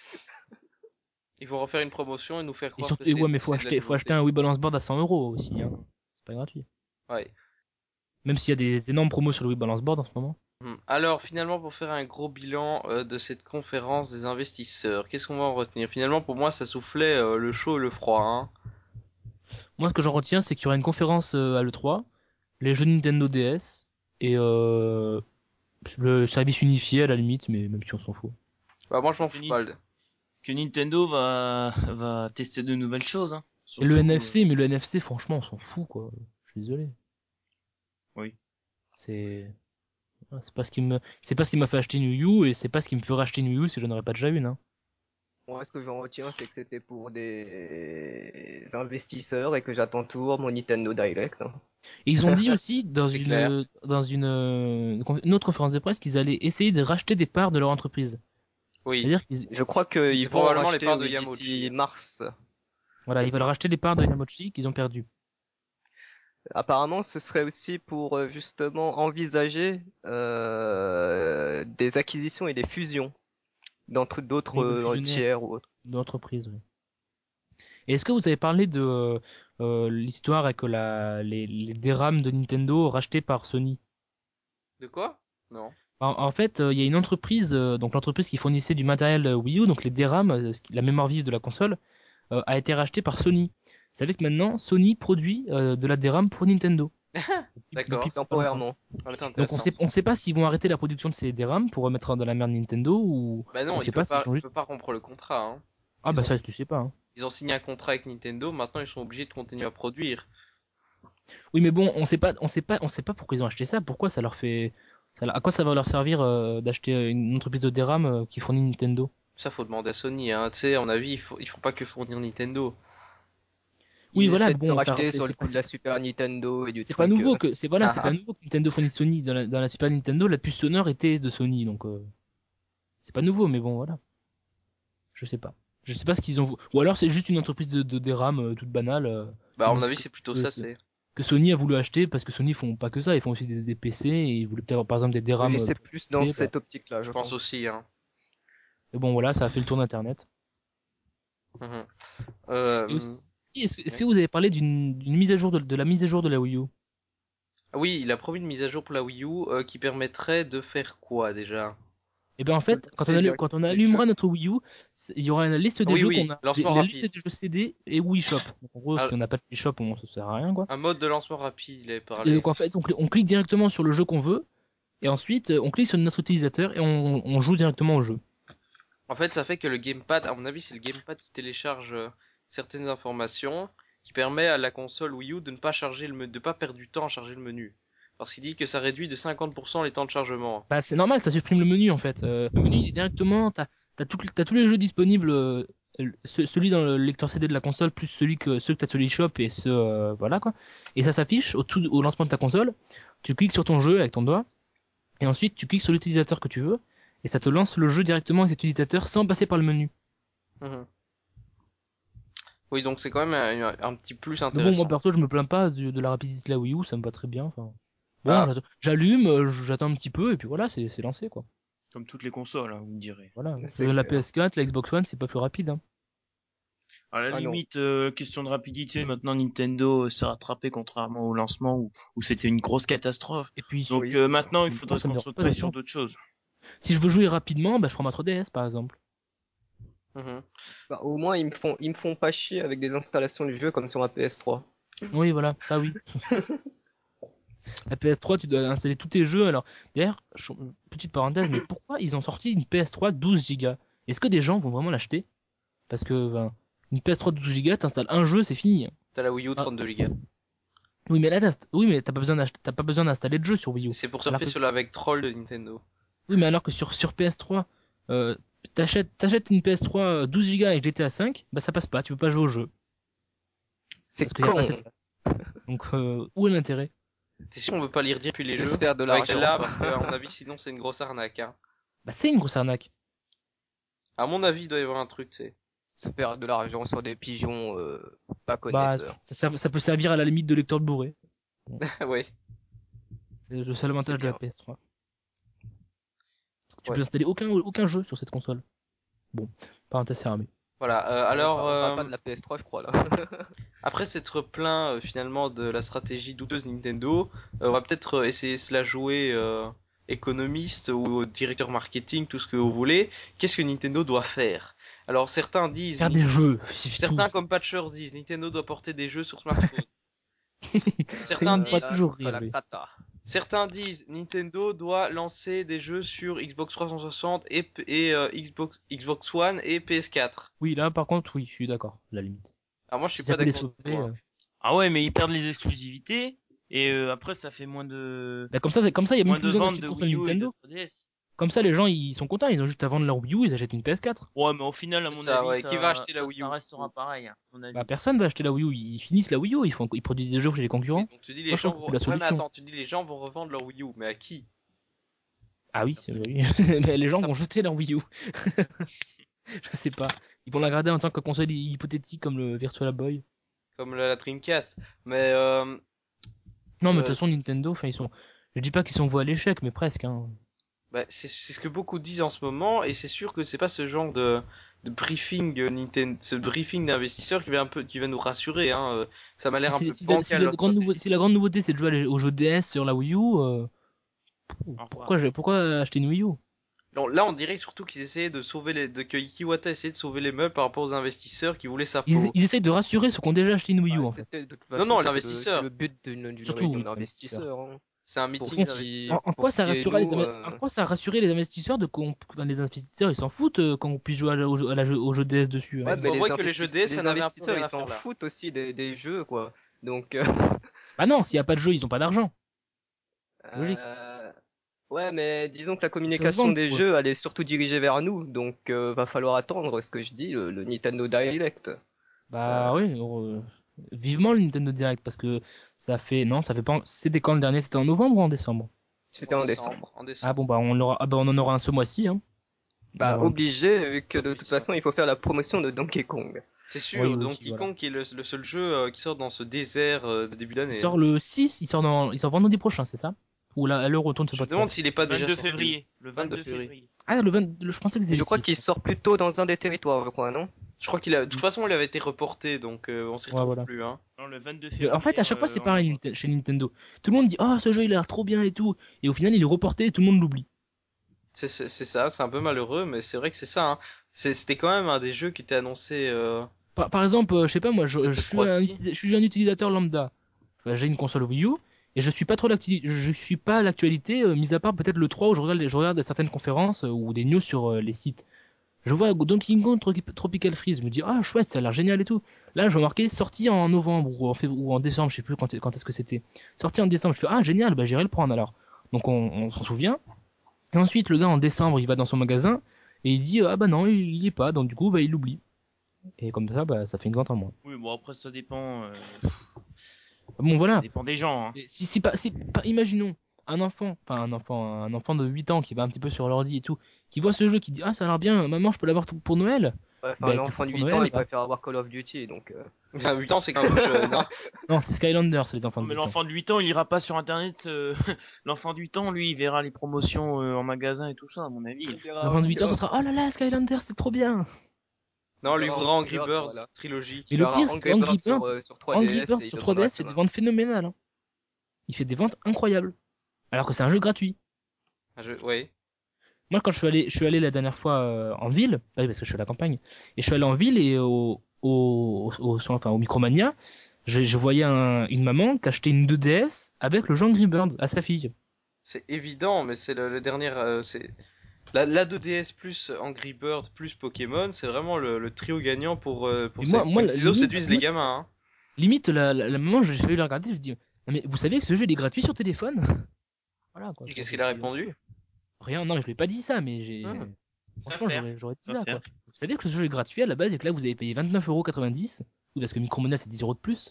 Ils vont refaire une promotion et nous faire Et croire que surtout, et c'est ouais, mais faut c'est de la acheter, faut acheter nouveauté. un Wii Balance Board à cent euros aussi, hein. C'est pas gratuit. Ouais. Même s'il y a des énormes promos sur le Wii Balance Board en ce moment. Hmm. Alors finalement, pour faire un gros bilan euh, de cette conférence des investisseurs, qu'est-ce qu'on va en retenir? Finalement, pour moi, ça soufflait euh, le chaud et le froid, hein. Moi, ce que j'en retiens, c'est qu'il y aura une conférence euh, à l'E trois, les jeux Nintendo D S et euh, le service unifié à la limite, mais même si on s'en fout. Bah moi je m'en Que, fous Ni- pas. le- que Nintendo va va tester de nouvelles choses, hein. Et le Surtout. euh, N F C, mais le N F C, franchement, on s'en fout, quoi. Je suis désolé. Oui. C'est ouais, c'est pas ce qui me c'est pas ce qui m'a fait acheter une Wii U et c'est pas ce qui me ferait acheter une Wii U si j'en aurais pas déjà une, hein. Moi, ce que j'en retiens, c'est que c'était pour des investisseurs et que j'attends toujours mon Nintendo Direct, hein. Et ils ont dit aussi dans C'est clair. une dans une, euh, une conf- une autre conférence de presse qu'ils allaient essayer de racheter des parts de leur entreprise. Oui. C'est-à-dire qu'ils Je crois C'est qu'ils vont en probablement les racheter, parts de oui, Yamauchi. d'ici mars. voilà, ils veulent racheter des parts de Yamauchi qu'ils ont perdues. Apparemment, ce serait aussi pour euh, justement envisager euh, des acquisitions et des fusions d'entre d'autres Oui, ils veulent euh, fusionner tiers ou autres. d'entreprises. Oui. Et est-ce que vous avez parlé de euh, euh, l'histoire avec la les, les D RAM de Nintendo rachetées par Sony? De quoi? Non. En, en fait, euh, il y a une entreprise, euh, donc l'entreprise qui fournissait du matériel euh, Wii U, donc les D RAM, euh, ce qui- la mémoire vive de la console, euh, a été rachetée par Sony. Vous savez que maintenant, Sony produit euh, de la D RAM pour Nintendo. Depuis, D'accord. depuis Ça pas longtemps. Temporairement. va être Donc on intéressant. sait, on sait pas s'ils vont arrêter la production de ces D RAM pour remettre dans la merde Nintendo ou Bah on non, il sait peut pas s'ils pas, sont il juste. peut pas rompre le contrat, hein. Ah Ils bah ont, ça si- tu sais pas, hein. ils ont signé un contrat avec Nintendo, maintenant ils sont obligés de continuer à produire. Oui mais bon, on sait pas, on sait pas, on sait pas pourquoi ils ont acheté ça. Pourquoi ça leur fait, ça, à quoi ça va leur servir euh, d'acheter une entreprise de D RAM euh, qui fournit Nintendo? Ça, faut demander à Sony, hein. Tu sais, à mon avis, ils, faut, ils font pas que fournir Nintendo. Oui Ils voilà, essaient mais de se bon, ça, racheter c'est sur c'est le pas, coup de la Super Nintendo et du c'est pas truc. euh. nouveau que, c'est voilà, c'est pas nouveau que Nintendo fournisse Sony. Dans la, dans la Super Nintendo, la puce sonore était de Sony, donc euh, c'est pas nouveau, mais bon voilà, je sais pas. Je sais pas ce qu'ils ont. Ou alors c'est juste une entreprise de, de D RAM euh, toute banale. euh, Bah, à ils mon disent avis, que, c'est plutôt que, ça, tu sais. que Sony a voulu acheter parce que Sony font pas que ça, ils font aussi des, des P C et ils voulaient peut-être avoir par exemple des D RAM Oui, euh, c'est pour plus dans P C. Bah, cette optique-là, Je je pense pense. aussi, hein. et bon voilà, ça a fait le tour d'internet. Mhm. Et Euh, aussi, est-ce que, est-ce que oui. vous avez parlé d'une d'une mise à jour de, de la mise à jour de la Wii U? Ah oui, il a promis une mise à jour pour la Wii U euh, qui permettrait de faire quoi déjà? Et ben en De fait, quand on, lancer allume, quand on directement les jeux. allumera notre Wii U, c'est- il y aura une liste des Oui, jeux qu'on oui, a, des- lancement la liste rapide. des jeux C D et Wii Shop. Donc, en gros, Un, si on n'a pas de Wii Shop, on ça sert à rien quoi. un mode de lancement rapide, il avait Et parlé. donc en fait, on, cli- on clique directement sur le jeu qu'on veut et ensuite euh, on clique sur notre utilisateur et on, on joue directement au jeu. En fait, ça fait que le gamepad, à mon avis, c'est le gamepad qui télécharge euh, certaines informations, qui permet à la console Wii U de ne pas charger le menu, de pas perdre du temps à charger le menu. Parce qu'il dit que ça réduit de cinquante pour cent les temps de chargement. Bah c'est normal, ça supprime le menu en fait. Euh, le menu il est directement, t'as t'as tout- t'as tous les jeux disponibles, euh, ce- celui dans le lecteur C D de la console plus celui que ceux que t'as sur l'eShop et ceux euh, voilà quoi. Et ça s'affiche au tout au lancement de ta console. Tu cliques sur ton jeu avec ton doigt et ensuite tu cliques sur l'utilisateur que tu veux et ça te lance le jeu directement avec cet utilisateur sans passer par le menu. Mhm. Oui, donc c'est quand même un, un- un petit plus Mais bon moi intéressant. perso je me plains pas de, de la rapidité de la Wii U, ça me va très bien. Enfin bon Bah, j'attends- j'allume, euh, j'attends un petit peu et puis voilà c'est c'est lancé quoi. Comme toutes les consoles, hein, vous me direz. Voilà. C'est Euh, La clair. P S quatre, la Xbox One c'est pas plus rapide hein. À la Ah non. limite, euh, question de rapidité, maintenant Nintendo euh, s'est rattrapé contrairement au lancement où, où c'était une grosse catastrophe. Et puis Donc Oui, euh, c'est ça. maintenant, il moi faudrait se ça me dérange pas concentrer sur d'attendre. d'autres choses. Si je veux jouer rapidement, bah, je prends ma trois D S par exemple. mhm. Bah, au moins, ils me font, ils me font pas chier avec des installations du jeu comme sur ma P S trois. Oui, voilà, ça oui. La P S trois, tu dois installer tous tes jeux. Alors, d'ailleurs, je- petite parenthèse, mais pourquoi ils ont sorti une P S trois douze gigas? Est-ce que des gens vont vraiment l'acheter? Parce que ben, une P S trois douze gigas, t'installes un jeu, c'est fini, hein. T'as la Wii U Ah, trente-deux gigas. oui, mais là, t'as- oui, mais t'as pas besoin d'acheter- t'as pas besoin d'installer de jeu sur Wii U. C'est pour Alors surfer que, sur la avec troll de Nintendo. oui, mais alors que sur, sur P S trois, euh, t'achètes, t'achètes une P S trois douze gigas avec G T A cinq, bah ça passe pas, tu peux pas jouer au jeu. C'est Parce qu'il y a pas assez de con. place. Donc, euh, où est l'intérêt? T'es sûr on veut pas lire dire puis les Ils jeux se perdent de avec l'argent. celle-là parce que à mon avis sinon c'est une grosse arnaque, hein. Bah c'est une grosse arnaque. À mon avis il doit y avoir un truc, tu sais. Se perdre de l'argent sur des pigeons euh, pas Bah, connaisseurs. ça, serv- ça peut servir à la limite de lecteur de Blu-ray. Ouais, C'est le seul C'est avantage de la bien. P S trois. Parce que tu peux ouais. installer aucun, aucun jeu sur cette console. Bon, parenthèse fermée. Voilà, euh, On, alors par- on parle euh, pas de la P S trois, je crois, là. après s'être plaint euh, finalement de la stratégie douteuse de Nintendo, euh, on va peut-être euh, essayer de se la jouer euh, économiste ou directeur marketing, tout ce que vous voulez. Qu'est-ce que Nintendo doit faire? Alors certains disent, Faire des jeux, c'est certains tout. comme Patcher disent, Nintendo doit porter des jeux sur smartphone. Il Certains me fera disent, toujours ce sera rire, la lui. cata. certains disent, Nintendo doit lancer des jeux sur Xbox trois cent soixante et, p- et euh, Xbox Xbox One et P S quatre. Oui, là, par contre, oui, je suis d'accord, à la limite. Alors moi je suis Si ça pas peut les d'accord sauver, du tout, hein. euh, Ah ouais, mais ils perdent les exclusivités et euh, après ça fait moins de bah, comme ça, c'est- comme ça, il y a même moins plus de besoin ventes d'acheter de de console Wii U et de Nintendo. trois D S. Comme ça, les gens, ils sont contents, ils ont juste à vendre leur Wii U, ils achètent une P S quatre. Ouais, mais au final, à C'est mon ça, avis, ouais. Qui va ça, acheter la ça, Wii ça U? restera pareil, hein, à mon Bah, avis. personne va acheter la Wii U, ils finissent la Wii U, ils font, ils produisent des jeux chez les Oui, concurrents. donc tu dis les Moi, je gens trouve que vont... c'est la Ouais mais solution. attends, tu dis les gens vont revendre leur Wii U, mais à qui? Ah oui, c'est Personne. oui. Mais les gens vont jeter leur Wii U. Je sais pas. Ils vont la garder en tant que console hypothétique comme le Virtual Boy. Comme la, la Dreamcast. Mais euh, Non, mais de toute euh, façon, Nintendo, enfin, ils sont. Je dis pas qu'ils sont voués à l'échec, mais presque, hein. bah, c'est c'est ce que beaucoup disent en ce moment, et c'est sûr que c'est pas ce genre de, de briefing euh, Nintendo, ce briefing d'investisseurs qui va un peu, qui va nous rassurer, hein. euh, Ça m'a Si, l'air un si, peu si la, si bancal la leur grande nouveau- stratégie. si la grande nouveauté c'est de jouer à les- aux jeux D S sur la Wii U, euh, Au revoir. pourquoi, j'ai- pourquoi acheter une Wii U? Non, là, on dirait surtout qu'ils essayaient de sauver les, de, que Iwata essayait de sauver les meubles par rapport aux investisseurs qui voulaient sa Ils, peau. ils essayent de rassurer ceux qui ont déjà acheté une Wii U, Bah, en fait. c'était, de toute Non, façon, non, c'était le, c'est l'investisseur. le but d'une, d'une Surtout, réunion oui, les investisseurs. d'investisseurs, hein. C'est un Pour meeting ce Mais qui, en, d'investisseurs. en pour quoi ce ça qui est rassurait les, nous, inve- en euh, quoi ça rassurait les investisseurs de qu'on, enfin, les investisseurs, ils s'en foutent euh, quand on puisse jouer à la- au, jeu, à la jeu- au jeu D S dessus, Bah, ouais, hein. il faut mais les avouer que les jeux investis- D S, ça les n'avait un peu investisseurs, rien ils à s'en faire là. foutent aussi des, des jeux, quoi. Donc, euh, Bah non, s'il y a pas de jeu, ils ont pas d'argent. Logique. euh, ouais, mais disons que la Ça se communication vend des pour eux. jeux, elle est surtout dirigée vers nous, donc euh, va falloir attendre ce que je dis, le, le Nintendo Direct. Bah Euh, oui, euh, vivement le Nintendo Direct parce que ça fait non, ça fait pas. C'était quand le dernier? C'était en novembre ou en décembre? En C'était en décembre, décembre. en Ah bon décembre. bah on l'aura, ah bah on en aura un ce mois-ci, hein. On Bah aura un- obligé, vu que de toute D'office, ouais. façon, il faut faire la promotion de Donkey Kong. C'est Oui sûr, aussi Donkey voilà. Kong qui est le, le seul jeu euh, qui sort dans ce désert euh, de début Il d'année, sort hein. le six, il sort dans, il sort vendredi prochain, c'est ça? Ou là à l'heure où on tourne ce Je me demande podcast. s'il est Le pas déjà vingt-deux sorti. février. Le vingt-deux vingt-deux février. février. Ah le vingt, le- je pensais que Et c'était je le crois six. qu'il sort plutôt dans un des territoires, je crois, non? Je crois qu'il a, de toute façon, il avait été reporté, donc euh, on s'y Ouais retrouve voilà. plus, hein. Non, le vingt-deux Mais en fait février à chaque fois euh, c'est en pareil Europe. Ninte- chez Nintendo. Tout le monde dit oh ce jeu il a l'air trop bien et tout, et au final il est reporté et tout le monde l'oublie. C'est c'est- c'est ça, c'est un peu malheureux, mais c'est vrai que c'est ça, hein. C'est- C'était quand même un des jeux qui était annoncé euh, Par, par exemple, euh, je sais pas moi, je, je cette suis un, fois-ci. je suis un utilisateur lambda. Enfin, j'ai une console Wii U et je suis pas trop l'actu- je suis pas à l'actualité, euh, mis à part peut-être le trois où je regarde, les- je regarde certaines conférences euh, ou des news sur euh, les sites. Je vois Donkey Kong Tro- Tropical Freeze, je me dis ah chouette, ça a l'air génial et tout. Là, je vois marqué sorti en novembre ou en fév- ou en décembre, je sais plus quand, quand est-ce que c'était. Sorti en décembre, je fais ah génial, bah j'irai le prendre alors. Donc on, on s'en souvient. Et ensuite, le gars en décembre, il va dans son magasin et il dit ah bah non, il, il y est pas, donc du coup bah il l'oublie. Et comme ça, bah ça fait une vente en moins. Oui, bon après ça dépend. euh, Bon Ça voilà. dépend des gens. Hein. Et si si pas si pas imaginons un enfant, enfin un enfant, un enfant de huit ans qui va un petit peu sur l'ordi et tout, qui voit ce jeu qui dit ah ça a l'air bien, maman je peux l'avoir pour Noël. Ouais, enfin, Ben du coup l'enfant de pour huit ans, Noël, il bah, préfère avoir Call of Duty, donc... euh, À huit ans, c'est quand même jeune, hein. non c'est Skylander, c'est les enfants Non, de mais huit ans. l'enfant de huit ans, il ira pas sur internet. euh, L'enfant de huit ans, lui, il verra les promotions euh, en magasin et tout ça, à mon avis. il verra L'enfant de huit ans ce Angry- sera oh là là Skylander c'est trop bien. il Non, lui verra voudra Angry Angry Birds, Bird, voilà. trilogie. Mais Il le verra pire c'est que Angry Angry Birds sur, Birds, euh, sur Angry trois D S Birds et il sur deviendra trois D S fait des fan. ventes phénoménales, hein. Il fait des ventes incroyables. Alors que c'est un jeu gratuit. Un jeu, ouais. Moi, quand je suis allé, je suis allé la dernière fois euh, en ville, bah oui, parce que je suis à la campagne, et je suis allé en ville et au, au, au, au- enfin, au Micromania, je, je voyais un- une maman qui achetait une deux D S avec le jeu Angry Birds à sa fille. C'est évident, mais c'est le, le dernier, euh, c'est la, la deux D S plus Angry Bird plus Pokémon, c'est vraiment le, le trio gagnant pour euh, pour Mais moi, séduire. moi, la Nintendo limite, séduisent les limite, gamins, hein. limite, la, la, la maman, j'ai failli la regarder, je lui dis, non, mais vous savez que ce jeu il est gratuit sur téléphone? Voilà, quoi. Et Enfin, qu'est-ce c'est- qu'il a c'est- répondu? Rien, non, mais je lui ai pas dit ça, mais j'ai, Hmm. Ça va franchement, faire. j'aurais, j'aurais dit Ça va ça, quoi. faire. Vous savez que ce jeu est gratuit à la base et que là, vous avez payé vingt-neuf euros quatre-vingt-dix, ou parce que Micromania c'est dix euros de plus,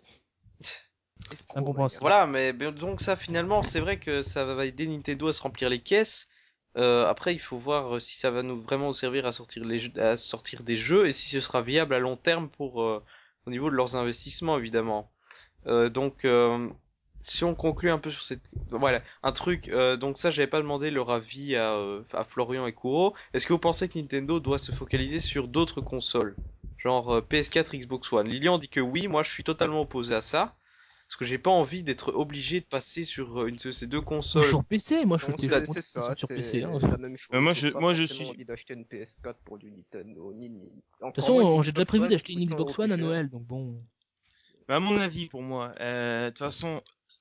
c'est Escroc, on va dire. incompréhensible. Voilà, mais ben, donc ça finalement, c'est vrai que ça va aider Nintendo à se remplir les caisses. Euh, après, il faut voir euh, si ça va nous vraiment nous servir à sortir les jeux, à sortir des jeux et si ce sera viable à long terme pour euh, au niveau de leurs investissements évidemment. Euh, donc euh, si on conclut un peu sur cette voilà un truc euh, donc ça j'avais pas demandé leur avis à, euh, à Florian et Kuro. Est-ce que vous pensez que Nintendo doit se focaliser sur d'autres consoles genre euh, P S quatre, Xbox One? Lilian dit que oui, moi je suis totalement opposé à ça. parce que j'ai pas envie d'être obligé de passer sur euh, une de ces deux Ou consoles. sur P C, moi je Non, j'étais c'est content c'est qu'ils ça, sortent sur P C. c'est Hein. De la même chose. Mais moi, J'ai je, pas moi, je forcément suis. envie d'acheter une P S quatre pour du Nintendo, ni, ni. toute Encore moins une façon, j'ai déjà Xbox prévu One d'acheter qui une coûte cent euros Xbox One plus à cher. Noël, donc bon. Mais à mon avis, pour moi, euh, de toute façon,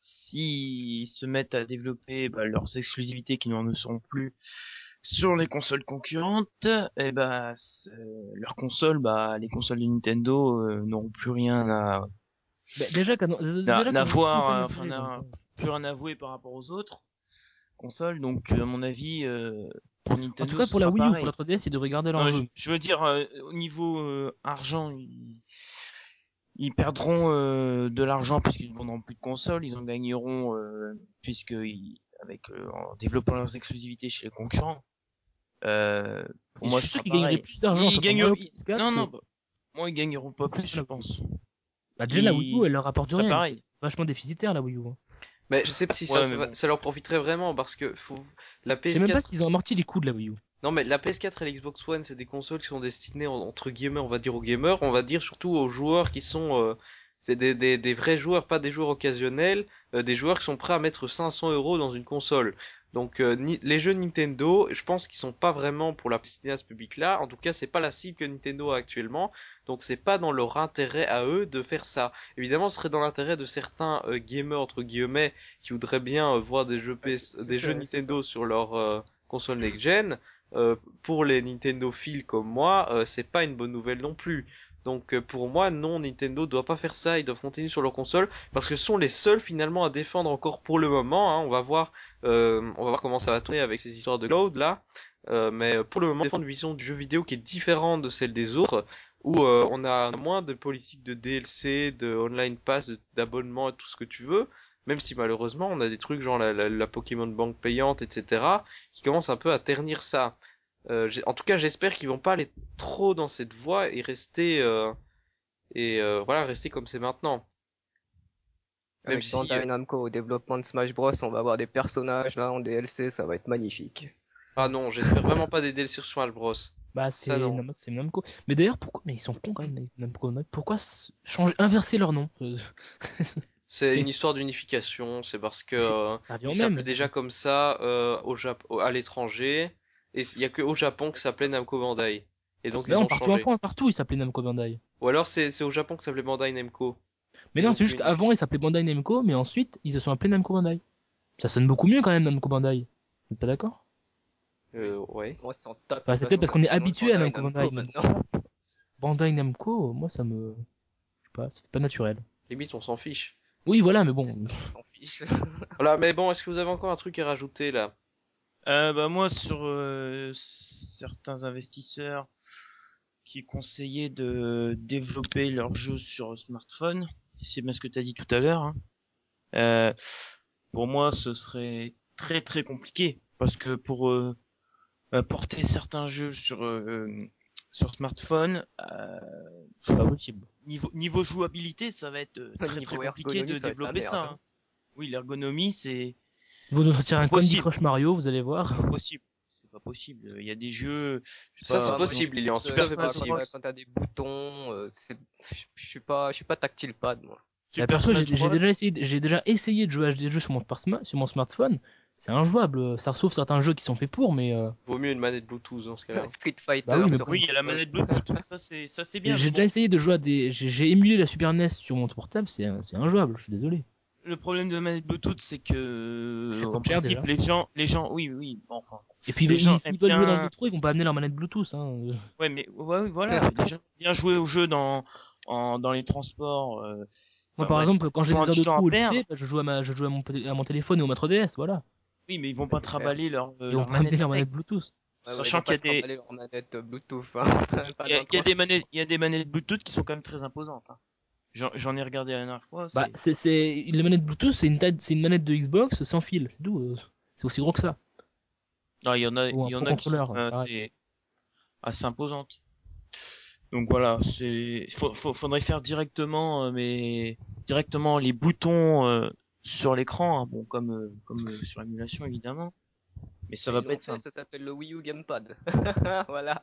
s'ils se mettent à développer bah, leurs exclusivités qui n'en seront plus sur les consoles concurrentes, et bah c'est- leurs consoles, bah les consoles de Nintendo euh, n'auront plus rien à Bah, déjà qu'à n'a déjà n'a qu'on a voir, aucun euh, enfin intérêt, donc, n'a bon. plus rien à avouer par rapport aux autres consoles. Donc euh, à mon avis, euh, pour En tout Nintendo, cas, ce pour la sera Wii U, pour la pareil. trois D S, ils devraient garder leur Non, jeu. je, je veux dire euh, au niveau euh, argent, ils, ils perdront euh, de l'argent puisqu'ils ne vendront plus de consoles, ils en gagneront euh, puisque ils- avec euh, en développant leurs exclusivités chez les concurrents. Euh, pour Et je moi, suis ce sûr sera qu'ils gagneraient pareil. plus d'argent en Ils sortant gagneront. Mario ils- P S quatre Non, que non, bah, moi ils gagneront pas plus, je la Wii U. pense. Bah, déjà, la Wii U, Ils elle leur rapporte ce serait rien. Elle est pareil. vachement déficitaire, la Wii U. Hein. Mais je sais pas si ça, Ouais, ça, mais va- bon. ça leur profiterait vraiment parce que faut... la Je sais même pas P S quatre. s'ils ont amorti les coûts de la Wii U. Non mais la P S quatre et l'Xbox One, c'est des consoles qui sont destinées en- entre guillemets, on va dire aux gamers, on va dire surtout aux joueurs qui sont, euh, c'est des, des, des vrais joueurs, pas des joueurs occasionnels, euh, des joueurs qui sont prêts à mettre cinq cents euros dans une console. Donc euh, ni- les jeux Nintendo, je pense qu'ils sont pas vraiment pour la destinée à ce public-là. En tout cas, c'est pas la cible que Nintendo a actuellement. Donc c'est pas dans leur intérêt à eux de faire ça. Évidemment, ce serait dans l'intérêt de certains euh, gamers entre guillemets qui voudraient bien euh, voir des jeux Ouais, c'est P S, c'est des jeux ça, c'est ça. Nintendo sur leur euh, console next-gen. Euh, pour les Nintendo Nintendophiles comme moi, euh, c'est pas une bonne nouvelle non plus. Donc euh, pour moi, non, Nintendo doit pas faire ça, ils doivent continuer sur leur console parce que ce sont les seuls finalement à défendre encore pour le moment. Hein. On va voir, euh, on va voir comment ça va tourner avec ces histoires de cloud là. Euh, mais pour le moment, ils défendent une vision du jeu vidéo qui est différente de celle des autres, où euh, on a moins de politique de D L C, de online pass, de- d'abonnement et tout ce que tu veux. Même si malheureusement, on a des trucs genre la, la, la Pokémon Bank payante, et cetera, qui commencent un peu à ternir ça. Euh, j'ai- en tout cas, j'espère qu'ils vont pas aller trop dans cette voie et rester euh, et euh, voilà, rester comme c'est maintenant. Même Avec si, euh, Bandai Namco au développement de Smash Bros, on va avoir des personnages là en D L C, ça va être magnifique. ah non, j'espère vraiment pas des D L C sur Smash Bros. Bah, Ça c'est non. Nam- c'est Namco. Mais d'ailleurs, pourquoi. Mais ils sont cons quand même, les Namco. Pourquoi s- changer, inverser leur nom? Euh, C'est une C'est. histoire d'unification. C'est parce que c'est- euh, Ça revient au il s'appelait même. déjà comme ça euh, au Japon, à l'étranger, et il y a que au Japon que ça s'appelait Namco Bandai. Et donc Mais ils non, ont partout en changé. France, partout, il s'appelait Namco Bandai. Ou alors c'est c'est au Japon que ça s'appelait Bandai Namco. Mais Ils non, ont c'est tout juste unifié. qu'avant, il s'appelait Bandai Namco, mais ensuite, ils se sont appelés Namco Bandai. Ça sonne beaucoup mieux quand même, Namco Bandai. Vous êtes pas d'accord? Euh, ouais. Moi, c'est en tape, de Enfin, toute c'est peut-être façon, parce ça qu'on se est prononce habitué à Bandai Namco Bandai, Namco mais maintenant. Bandai Namco, moi, ça me. Je sais pas, c'est pas naturel. Limite on s'en fiche. Oui, voilà, mais bon. C'est ça, on s'en fiche. Voilà, mais bon, est-ce que vous avez encore un truc à rajouter là? Euh, bah moi sur euh, certains investisseurs qui conseillaient de développer leurs jeux sur smartphone, c'est bien ce que tu as dit tout à l'heure. Hein. Euh, pour moi, ce serait très très compliqué parce que pour euh, euh, porter certains jeux sur euh, sur smartphone, euh, C'est pas possible. niveau niveau jouabilité, ça va être euh, très très Niveau compliqué ergonomie, de ça va être la développer ça. merde. Hein. Oui, l'ergonomie, c'est Ils vont nous sortir un Candy possible. Crush Mario, vous allez voir. Pas possible. C'est pas possible. Il y a des jeux, je sais Ça c'est pas, Ah, moi, possible, il est en plus, tout euh, à Super fait Smash pas quand possible. Bros. t'as quand t'as des boutons, euh, c'est, je suis pas, je suis pas tactile pad moi. Et Super perso, j'ai Smash j'ai Bros. déjà essayé, j'ai déjà essayé de jouer à des jeux sur mon, smartma- sur mon smartphone. C'est injouable. Ça sauf certains jeux qui sont faits pour, mais euh, Vaut mieux une manette Bluetooth dans ce cas-là. Street bah Fighter oui, mais sur bon. Oui, il y a la smartphone. manette Bluetooth. Ça c'est, ça c'est bien. J'ai Mais déjà bon, essayé de jouer à des, j'ai j'ai émulé la Super N E S sur mon portable, c'est c'est injouable. Je suis désolé. le problème de la manette Bluetooth, c'est que, Ça en coûte cher principe, déjà. les gens, les gens, oui, oui, oui, bon, enfin, Et puis les ils- gens s'ils aiment veulent jouer dans le bien, métro, ils vont pas amener leur manette Bluetooth. Hein. ouais, mais, ouais, oui, voilà, les gens aiment bien jouer au jeu dans, en, dans les transports, euh, Moi, enfin par bref, exemple, quand ils j'ai ont des heures du de temps à trou au lycée, perdre. bah, je joue à ma, je joue à mon, à mon téléphone et au ma trois D S, voilà. Oui, mais ils vont pas C'est clair. trimballer leur, euh, Ils vont leur pas amener manette leur avec. manette Bluetooth. Ouais, ouais, ils Sachant vont qu'il y pas a se des, trimballer leur manette Bluetooth, hein. Pas il y a, dans le il y a des transport. manettes, il y a des manettes Bluetooth qui sont quand même très imposantes. Hein. J'en, j'en ai regardé la dernière fois, Bah, c'est, c'est, c'est, les manettes Bluetooth, c'est une taille, c'est une manette de Xbox sans fil, c'est tout. euh, C'est aussi gros que ça. non, il y en a, Ou il un y pro en a qui sont contrôleur, euh, pareil. assez, assez imposantes. Donc voilà, c'est, faut, faut- faudrait faire directement, euh, mais directement les boutons euh, sur l'écran, hein, bon comme euh, comme euh, sur l'émulation évidemment, mais ça Et va ils pas l'ont être fait, simple. ça s'appelle le Wii U Gamepad. Voilà.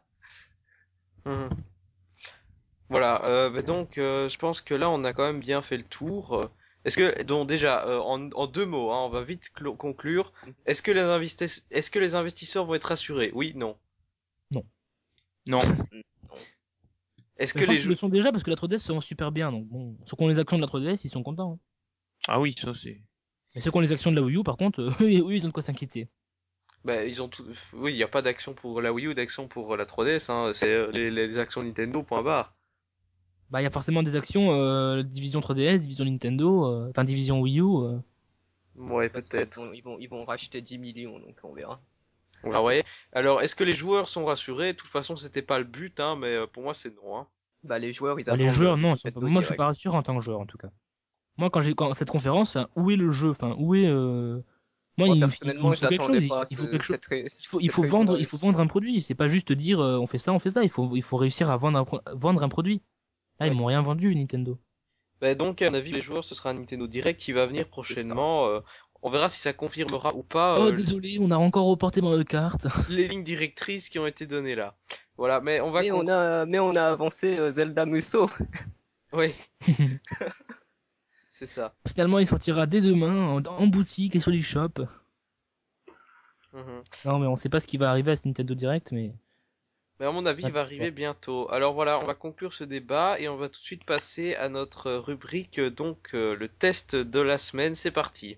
Mhm. Voilà, euh, bah donc euh, je pense que là on a quand même bien fait le tour. Est-ce que, donc déjà, euh, en, en deux mots, hein, on va vite clo- conclure. Est-ce que les investis- est-ce que les investisseurs vont être rassurés? Oui, non. Non. Non. Est-ce Mais que je pense les qu'ils le jeux, sont déjà parce que la trois D S se vend super bien. Donc bon, ceux qui ont les actions de la trois D S, ils sont contents, hein. Ah oui, ça c'est. Mais ceux qui ont les actions de la Wii U, par contre, euh, eux, eux, ils ont de quoi s'inquiéter. bah, ils ont tout, oui, il n'y a pas d'action pour la Wii U, d'action pour la trois D S, hein, c'est euh, les, les actions Nintendo, point barre. Bah, il y a forcément des actions, euh, division trois D S, division Nintendo, euh, enfin division Wii U. euh. Ouais, De toute façon, ils peut-être. vont, ils vont, ils vont racheter dix millions, donc on verra. Ah ouais. Alors, est-ce que les joueurs sont rassurés? De toute façon, c'était pas le but, hein, mais euh, pour moi, c'est non, hein. Bah, les joueurs, ils Bah, les attendent joueurs, le non, ils sont pas- Nintendo moi je suis pas Direct. rassuré en tant que joueur en tout cas. Moi, quand j'ai quand cette conférence, enfin, où est le jeu? Enfin, où est euh... Moi, Moi, il, il- il personnellement, me je faut quelque l'attendais chose. Il, pas, il faut ce, quelque chose. cette, ré- Il faut, il cette faut réunion vendre, il faut vendre d'investissement. un produit. C'est pas juste dire euh, on fait ça, on fait ça. Il faut, il faut réussir à vendre un, pro- vendre un produit. Là, ils Ouais, m'ont rien vendu, Nintendo. Bah, donc, à mon avis, les joueurs, ce sera un Nintendo Direct qui va venir c'est ça. prochainement. euh, on verra si ça confirmera ou pas Oh, euh, désolé, on a encore reporté Mario Kart. les lignes directrices qui ont été données là. Voilà, mais on va Mais on conclure. a, mais on a avancé euh, Zelda Musso. Oui, c'est ça. Finalement, il sortira dès demain en, en boutique et sur l'eShop. Mhm. Non, mais on sait pas ce qui va arriver à ce Nintendo Direct, mais Mais à mon avis, pas il va d'espoir. arriver bientôt. Alors voilà, on va conclure ce débat et on va tout de suite passer à notre rubrique, euh, donc euh, le test de la semaine. C'est parti.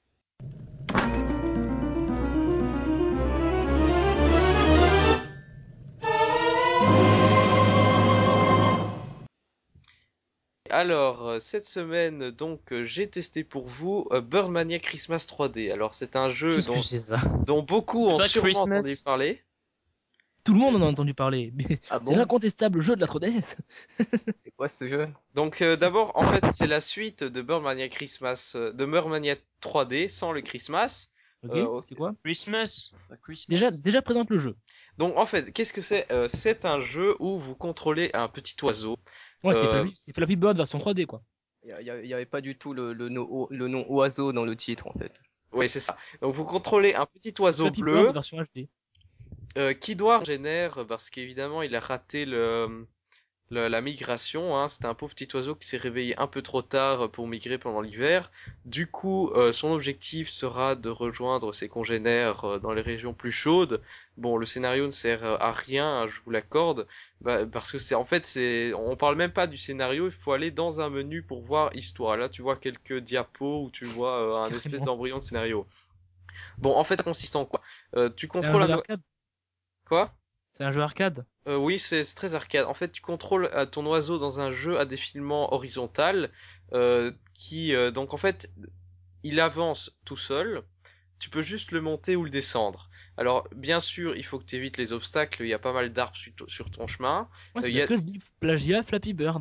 Alors, euh, cette semaine, donc, euh, j'ai testé pour vous euh, Birdmania Christmas trois D. Alors, c'est un jeu Qu'est-ce que dont, c'est ça? dont beaucoup C'est ont pas sûrement entendu Christmas. parler. Tout le monde en a entendu parler. Mais Ah c'est bon? l'incontestable jeu de la trois D S. C'est quoi ce jeu? Donc, euh, d'abord, en fait, c'est la suite de Birdmania Christmas, euh, de Birdmania trois D sans le Christmas. Ok, Euh, c'est quoi? Christmas. Pas Déjà, Christmas. déjà présente le jeu. donc, en fait, qu'est-ce que c'est? Euh, c'est un jeu où vous contrôlez un petit oiseau. Ouais, c'est Euh, Flappy, c'est Flappy Bird version trois D, quoi. Il y, a- il y a- il y avait pas du tout le, le, no- le nom oiseau dans le titre, en fait. oui, c'est ça. Donc, vous contrôlez un petit C'est oiseau Flappy Bird bleu version H D. euh, qui doit génère parce qu'évidemment, il a raté le Le- la migration, hein, c'était un pauvre petit oiseau qui s'est réveillé un peu trop tard pour migrer pendant l'hiver. Du coup, euh, son objectif sera de rejoindre ses congénères euh, dans les régions plus chaudes. Bon, le scénario ne sert euh, à rien, hein, je vous l'accorde, bah, parce que c'est en fait c'est, on parle même pas du scénario, il faut aller dans un menu pour voir histoire. Là, tu vois quelques diapos où tu vois euh, un espèce Carrément. d'embryon de scénario. Bon, en fait, ça consiste en quoi? Euh, tu C'est un contrôles jeu un o- d'arcade. quoi? C'est un jeu arcade. Euh, oui, c'est c'est très arcade. En fait, tu contrôles euh, ton oiseau dans un jeu à défilement horizontal, euh, qui euh, donc en fait, il avance tout seul. Tu peux juste le monter ou le descendre. Alors, bien sûr, il faut que tu évites les obstacles. Il y a pas mal d'arbres sur, to- sur ton chemin. Ouais, Euh, c'est il y parce a que je dis plagiat Flappy Bird.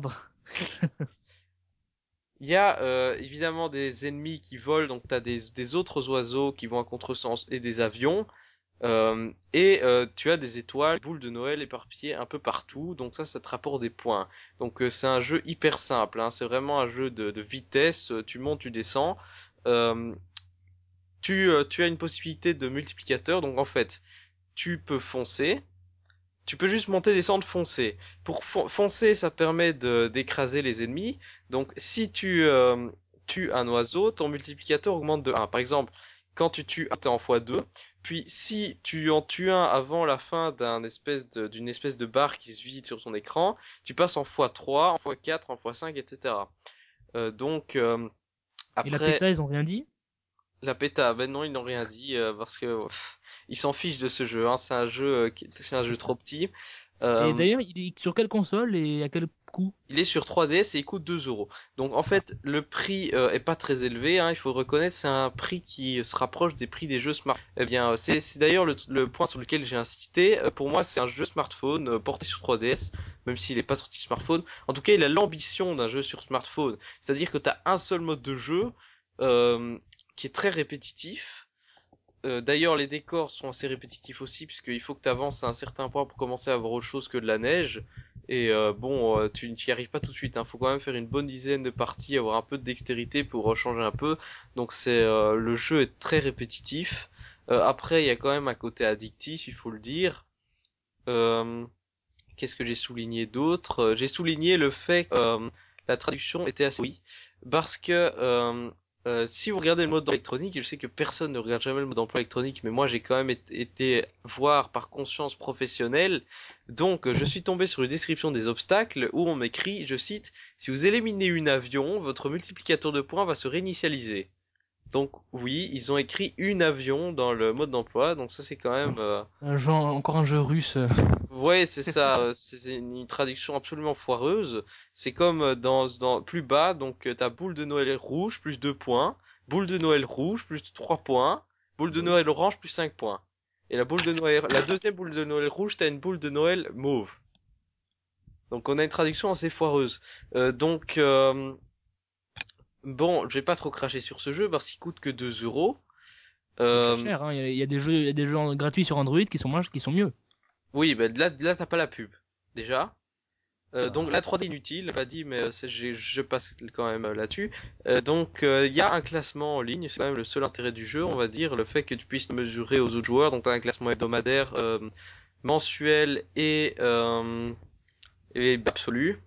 il y a euh, évidemment des ennemis qui volent. Donc, t'as des des autres oiseaux qui vont à contresens et des avions. Euh, et euh, tu as des étoiles, boules de Noël éparpillées un peu partout, donc ça, ça te rapporte des points. Donc euh, c'est un jeu hyper simple, hein, c'est vraiment un jeu de, de vitesse, euh, tu montes, tu descends. Euh, tu, euh, tu as une possibilité de multiplicateur, donc en fait, tu peux foncer, tu peux juste monter, descendre, foncer. Pour fon- foncer, ça permet de d'écraser les ennemis. Donc si tu euh, tues un oiseau, ton multiplicateur augmente de un. Par exemple, quand tu tues un, t'es en fois deux. Puis si tu en tues un avant la fin d'un espèce de- d'une espèce de barre qui se vide sur ton écran, tu passes en fois trois, en fois quatre, en fois cinq, et cetera. Euh, donc euh, Et la après PETA, ils ont rien dit? la péta, ben non, ils n'ont rien dit euh, parce que pff, ils s'en fichent de ce jeu. Hein. C'est un jeu, euh, qui- c'est un C'est jeu ça. trop petit. Et Euh, d'ailleurs, il est sur quelle console et à quel coût? Il est sur trois D S et il coûte deux euros. Donc en Ah, fait, le prix euh, est pas très élevé, hein, il faut reconnaître, c'est un prix qui se rapproche des prix des jeux smart. Eh bien, euh, c'est c'est d'ailleurs le, le point sur lequel j'ai insisté. Euh, Pour moi, c'est un jeu smartphone euh, porté sur trois D S, même s'il est pas sorti smartphone. En tout cas, il a l'ambition d'un jeu sur smartphone. C'est-à-dire que tu as un seul mode de jeu euh, qui est très répétitif. Euh, d'ailleurs, les décors sont assez répétitifs aussi, puisqu'il faut que tu avances à un certain point pour commencer à voir autre chose que de la neige. Et euh, bon, euh, tu n'y arrives pas tout de suite. Hein. Faut quand même faire une bonne dizaine de parties, avoir un peu de dextérité pour euh, changer un peu. Donc c'est euh, le jeu est très répétitif. Euh, après, il y a quand même un côté addictif, il faut le dire. Euh, Qu'est-ce que j'ai souligné d'autre? Euh, J'ai souligné le fait que euh, la traduction était assez oui, parce que euh, euh, si vous regardez le mode électronique, et je sais que personne ne regarde jamais le mode d'emploi électronique, mais moi j'ai quand même été, été voir par conscience professionnelle, donc euh, je suis tombé sur une description des obstacles où on m'écrit, je cite, si vous éliminez une avion, votre multiplicateur de points va se réinitialiser. Donc oui, ils ont écrit une avion dans le mode d'emploi, donc ça c'est quand même... euh, Un genre, encore un jeu russe. euh. Ouais, c'est ça, euh, c'est c'est une une traduction absolument foireuse. C'est comme euh, dans, dans plus bas, donc euh, t'as boule de Noël rouge plus deux points, boule de Noël rouge plus trois points, boule de Noël orange plus cinq points. Et la boule de Noël, la deuxième boule de Noël rouge, t'as une boule de Noël mauve. Donc on a une traduction assez foireuse. Euh, donc euh, bon, je vais pas trop cracher sur ce jeu parce qu'il coûte que deux euros. C'est très Euh, cher, hein. Il y a, il y a des jeux, il y a des jeux en- gratuits sur Android qui sont moins, qui sont mieux. oui, ben là, là t'as pas la pub déjà. Euh, Voilà. donc la trois D inutile, pas dit, mais euh, c'est- j'ai- je passe quand même euh, là-dessus. Euh, donc euh, il y a un classement en ligne, c'est quand même le seul intérêt du jeu, on va dire, le fait que tu puisses te mesurer aux autres joueurs. Donc t'as un classement hebdomadaire, euh, mensuel et, euh, et absolu.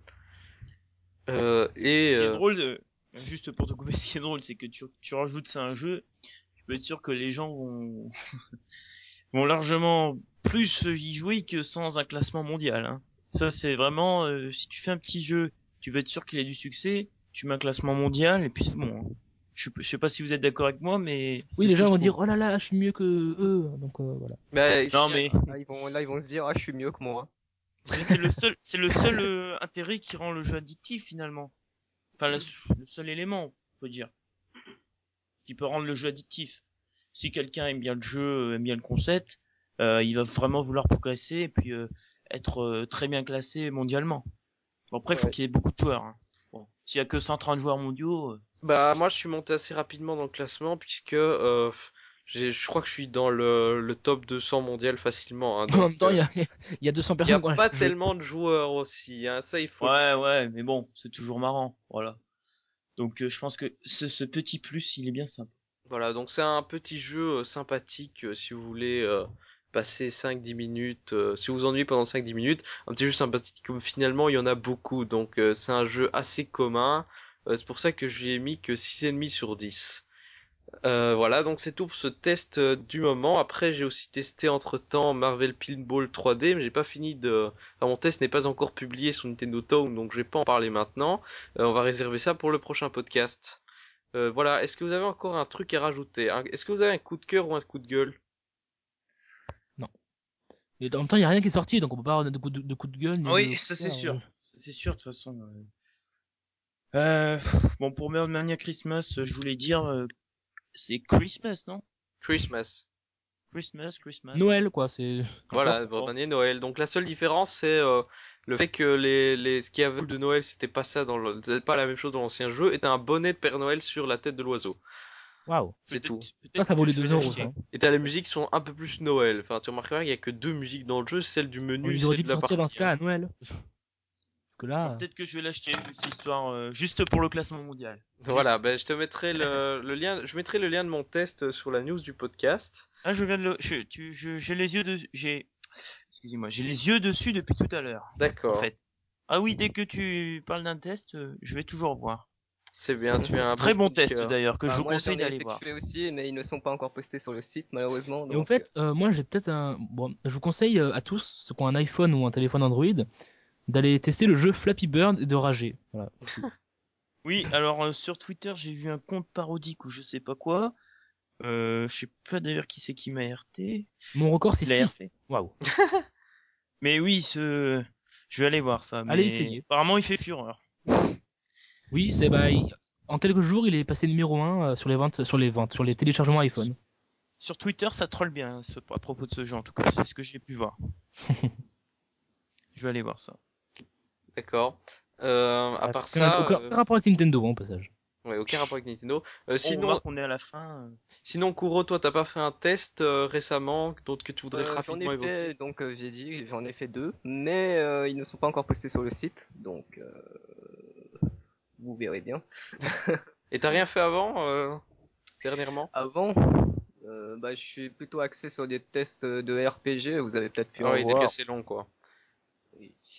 Euh, Ce qui, et ce qui est euh, drôle, euh, juste pour te couper, ce qui est drôle, c'est que tu, tu rajoutes ça à un jeu, tu peux être sûr que les gens vont, vont largement plus y jouer que sans un classement mondial. Hein. Ça, c'est vraiment, euh, si tu fais un petit jeu, tu veux être sûr qu'il ait du succès, tu mets un classement mondial et puis c'est bon. Hein. Je, sais- je sais pas si vous êtes d'accord avec moi, mais Oui, c'est ce les que gens je vont trouve. dire, oh là là, je suis mieux que eux. Donc euh, voilà. bah, Non, si- mais, Là, ils vont, là, ils vont se dire, ah, je suis mieux que moi. mais c'est le seul, c'est le seul euh, intérêt qui rend le jeu addictif finalement. Enfin, le, le seul élément, on peut dire, qui peut rendre le jeu addictif. Si quelqu'un aime bien le jeu, aime bien le concept, euh, il va vraiment vouloir progresser et puis euh, être euh, très bien classé mondialement. Bon, après, il faut Ouais. qu'il y ait beaucoup de joueurs. Hein. Bon, s'il y a que cent trente joueurs mondiaux, euh, bah moi je suis monté assez rapidement dans le classement puisque euh, j'ai, je crois que je suis dans le, le top deux cents mondial facilement. Hein, En donc même temps, il euh, y a, il y a deux cents il y a personnes qui ont pas acheté le jeu. tellement de joueurs aussi. Hein, ça il faut le ouais, ouais, mais bon, c'est toujours marrant, voilà. Donc, euh, je pense que ce, ce petit plus, il est bien simple. Voilà, donc c'est un petit jeu euh, sympathique euh, si vous voulez euh, passer cinq dix minutes, euh, si vous vous ennuyez pendant cinq dix minutes, un petit jeu sympathique comme finalement il y en a beaucoup, donc euh, c'est un jeu assez commun, euh, c'est pour ça que je lui ai mis que six virgule cinq sur dix. Euh, voilà, donc c'est tout pour ce test euh, du moment. Après j'ai aussi testé entre-temps Marvel Pinball trois D, mais j'ai pas fini de... Enfin, mon test n'est pas encore publié sur Nintendo Town, donc je vais pas en parler maintenant. Euh, on va réserver ça pour le prochain podcast. Euh, voilà, est-ce que vous avez encore un truc à rajouter? Un- Est-ce que vous avez un coup de cœur ou un coup de gueule? Non. Et en même temps, il y a rien qui est sorti, donc on peut pas avoir de coup de, de, coup de gueule Ah ni oui, de. ça c'est Euh, sûr. Ça, c'est sûr, de toute façon. Euh, euh, bon, pour Mania Christmas, euh, je voulais dire, euh, c'est Christmas, non? Christmas. Christmas, Christmas. Noël, quoi. C'est Voilà, n'importe. Bon. Britannier Noël. Donc la seule différence c'est euh, le fait que les les ce qu'il y avait de Noël c'était pas ça dans le c'était pas la même chose dans l'ancien jeu, et t'as un bonnet de Père Noël sur la tête de l'oiseau. Waouh. C'est tout. Peut-être, Ça, peut-être ça vaut que les je vais deux euros, ça. l'acheter. Hein. Et t'as les musiques qui sont un peu plus Noël. Enfin, tu remarqueras qu'il y a que deux musiques dans le jeu, celle du menu, Ils auraient celle dû de le la sortir dans ce partie. cas Hein. à Noël. Parce que Bon, là. peut-être que je vais l'acheter, cette histoire, euh, juste pour le classement mondial. Voilà, Juste. ben je te mettrai le, le lien, je mettrai le lien de mon test sur la news du podcast. Ah, je viens de le, je, tu, je, j'ai les yeux de, j'ai, excusez-moi, j'ai les yeux dessus depuis tout à l'heure, en D'accord. fait. Ah oui, dès que tu parles d'un test, euh, je vais toujours voir. C'est bien, tu as un bon Très bon coup de test cœur. d'ailleurs, que je Bah, vous moi, j'en conseille ai d'aller voir. effectué aussi, mais ils ne sont pas encore postés sur le site, malheureusement, Et en donc... euh, fait, euh, moi j'ai peut-être un. Bon, je vous conseille euh, à tous, ceux qui ont un iPhone ou un téléphone Android, d'aller tester le jeu Flappy Bird et de rager. Voilà. Oui, alors euh, sur Twitter, j'ai vu un compte parodique ou je sais pas quoi. Euh, je sais pas d'ailleurs qui c'est qui m'a R T. Mon record c'est Il a R T. six. Waouh. Mais oui, ce, je vais aller voir ça. Allez Mais essayer. apparemment, il fait fureur. Oui, c'est bah, il- en quelques jours, il est passé numéro un euh, sur les ventes, sur les ventes, sur les téléchargements iPhone. Sur Twitter, ça troll bien hein, ce, à propos de ce jeu. En tout cas, c'est ce que j'ai pu voir. Je vais aller voir ça. D'accord. Euh, à Ah, part aucun, ça, aucun- euh, aucun rapport avec Nintendo, hein, au passage. ouais, aucun rapport avec Nintendo. Euh, On sinon, remarque qu'on est à la fin. euh. sinon Kuro, toi, t'as pas fait un test euh, récemment, d'autres que tu voudrais euh, j'en ai rapidement évoquer? fait, donc euh, j'ai dit, j'en ai fait deux, mais euh, ils ne sont pas encore postés sur le site, donc euh, vous verrez bien. Et t'as rien fait avant, euh, dernièrement? Avant, euh, bah, je suis plutôt axé sur des tests de R P G, vous avez peut-être pu Ah en oui, des voir. assez long, quoi. Oui.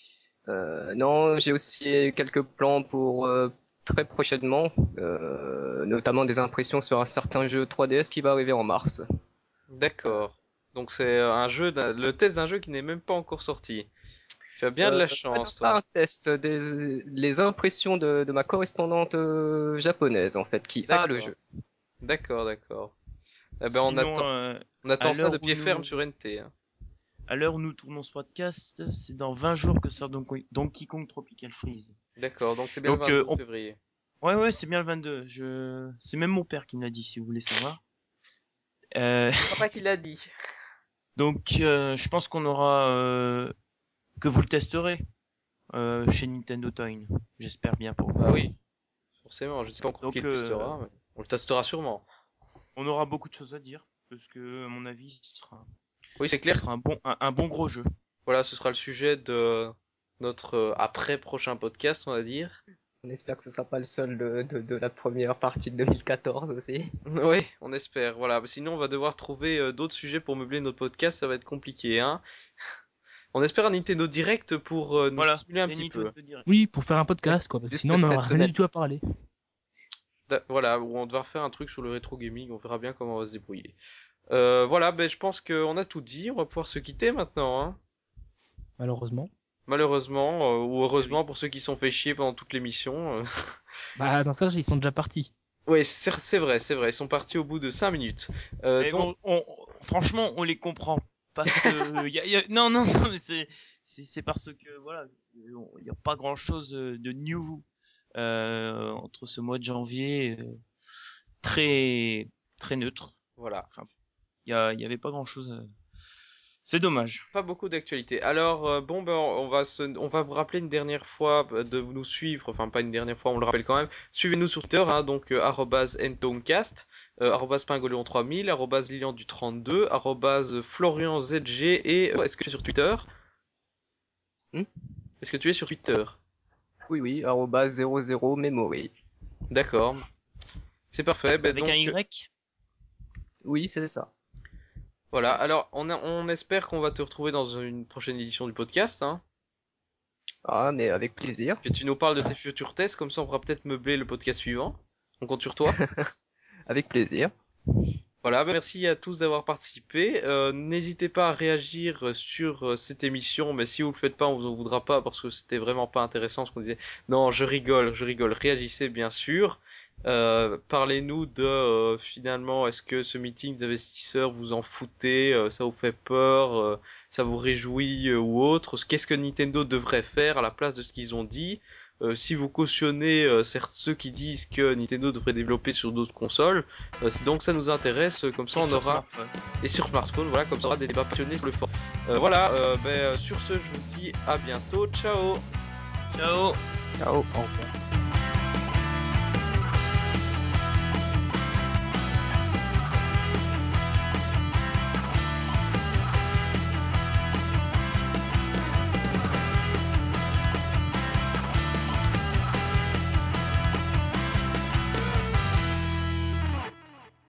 Euh, non, j'ai aussi quelques plans pour euh, très prochainement, euh, notamment des impressions sur un certain jeu trois D S qui va arriver en mars. D'accord. Donc c'est euh, un jeu, d'un- le test d'un jeu qui n'est même pas encore sorti. Tu as bien de Euh, la pas, non, chance, pas toi. un test, des, les impressions de, de ma correspondante euh, japonaise en fait, qui a le D'accord. jeu. D'accord, d'accord. Eh ben on Sinon, attend, euh, on à attend ça de l'heure où pied ferme nous, sur N T, hein. à l'heure où nous tournons ce podcast, c'est dans vingt jours que sort Donkey Donkey Kong Tropical Freeze. D'accord, donc c'est bien le Donc, euh, vingt-deux on... février. ouais, ouais, c'est bien le vingt-deux. Je, c'est même mon père qui me l'a dit, si vous voulez savoir. Euh... Papa qui l'a dit. Donc, euh, je pense qu'on aura, euh... que vous le testerez euh, chez Nintendo Toy. J'espère bien pour Bah vous. oui, forcément. Je ne sais pas encore qui Donc, le euh... testera, mais on le testera sûrement. on aura beaucoup de choses à dire parce que, à mon avis, ce sera, Oui, c'est ce clair. sera un bon, un, un bon gros jeu. Voilà, ce sera le sujet de notre euh, après prochain podcast, on va dire. On espère que ce sera pas le seul de, de, de la première partie de deux mille quatorze aussi. Oui, on espère. Voilà. Sinon, on va devoir trouver euh, d'autres sujets pour meubler notre podcast. Ça va être compliqué, hein. On espère un Nintendo Direct pour euh, nous Voilà, stimuler un les petit Nintendo peu. Direct. Oui, pour faire un podcast, quoi, parce que sinon Juste on cette n'aura rien semaine. du tout à parler. Da- Voilà, où on devra faire un truc sur le rétro gaming. On verra bien comment on va se débrouiller. Euh, voilà, ben je pense qu'on a tout dit. On va pouvoir se quitter maintenant, hein. Malheureusement. Malheureusement, euh, ou Eh oui. heureusement pour ceux qui sont fait chier pendant toute l'émission. euh. Bah, dans ça, ils sont déjà partis. Ouais, c'est c'est vrai, c'est vrai. Ils sont partis au bout de cinq minutes. Euh, Mais donc, bon, on, franchement, on les comprend parce que y a, y a- non, non, non, mais c'est, c'est, c'est parce que voilà, il n'y a pas grand chose de new euh, entre ce mois de janvier euh, très, très neutre. voilà. Enfin, il y, a, y avait pas grand chose. C'est dommage. Pas beaucoup d'actualité. Alors euh, bon ben on va se, on va vous rappeler une dernière fois euh, de nous suivre, enfin pas une dernière fois, on le rappelle quand même. Suivez-nous sur Twitter, hein, donc euh, arobase @ntomcast, euh, arobase pingolion trois mille, arobase lilian du trente-deux, arobase florianzg et euh, est-ce que tu es sur Twitter? Hmm Est-ce que tu es sur Twitter? oui, oui, arobase zéro zéro memory. D'accord, c'est parfait. Ben Avec un donc Y. Oui, c'est ça. voilà. Alors on a, on espère qu'on va te retrouver dans une prochaine édition du podcast, hein. Ah, mais avec plaisir. Que tu nous parles de tes futurs tests, comme ça on pourra peut-être meubler le podcast suivant. On compte sur toi. Avec plaisir. Voilà, bah, merci à tous d'avoir participé. Euh, n'hésitez pas à réagir sur euh, cette émission, mais si vous le faites pas, on vous en voudra pas parce que c'était vraiment pas intéressant ce qu'on disait. Non, je rigole, je rigole. Réagissez bien sûr. Euh, parlez-nous de euh, finalement, est-ce que ce meeting d'investisseurs vous en foutez, euh, ça vous fait peur, euh, ça vous réjouit euh, ou autre. Qu'est-ce que Nintendo devrait faire à la place de ce qu'ils ont dit? Euh, si vous cautionnez euh, certes ceux qui disent que Nintendo devrait développer sur d'autres consoles. Euh, c'est donc ça nous intéresse, euh, comme ça Et on sur aura smartphone. et sur smartphone, voilà, comme ça on aura des débats passionnés sur le fort. Euh, voilà, euh, ben, euh, sur ce, je vous dis à bientôt, ciao. Ciao. Ciao. Au revoir.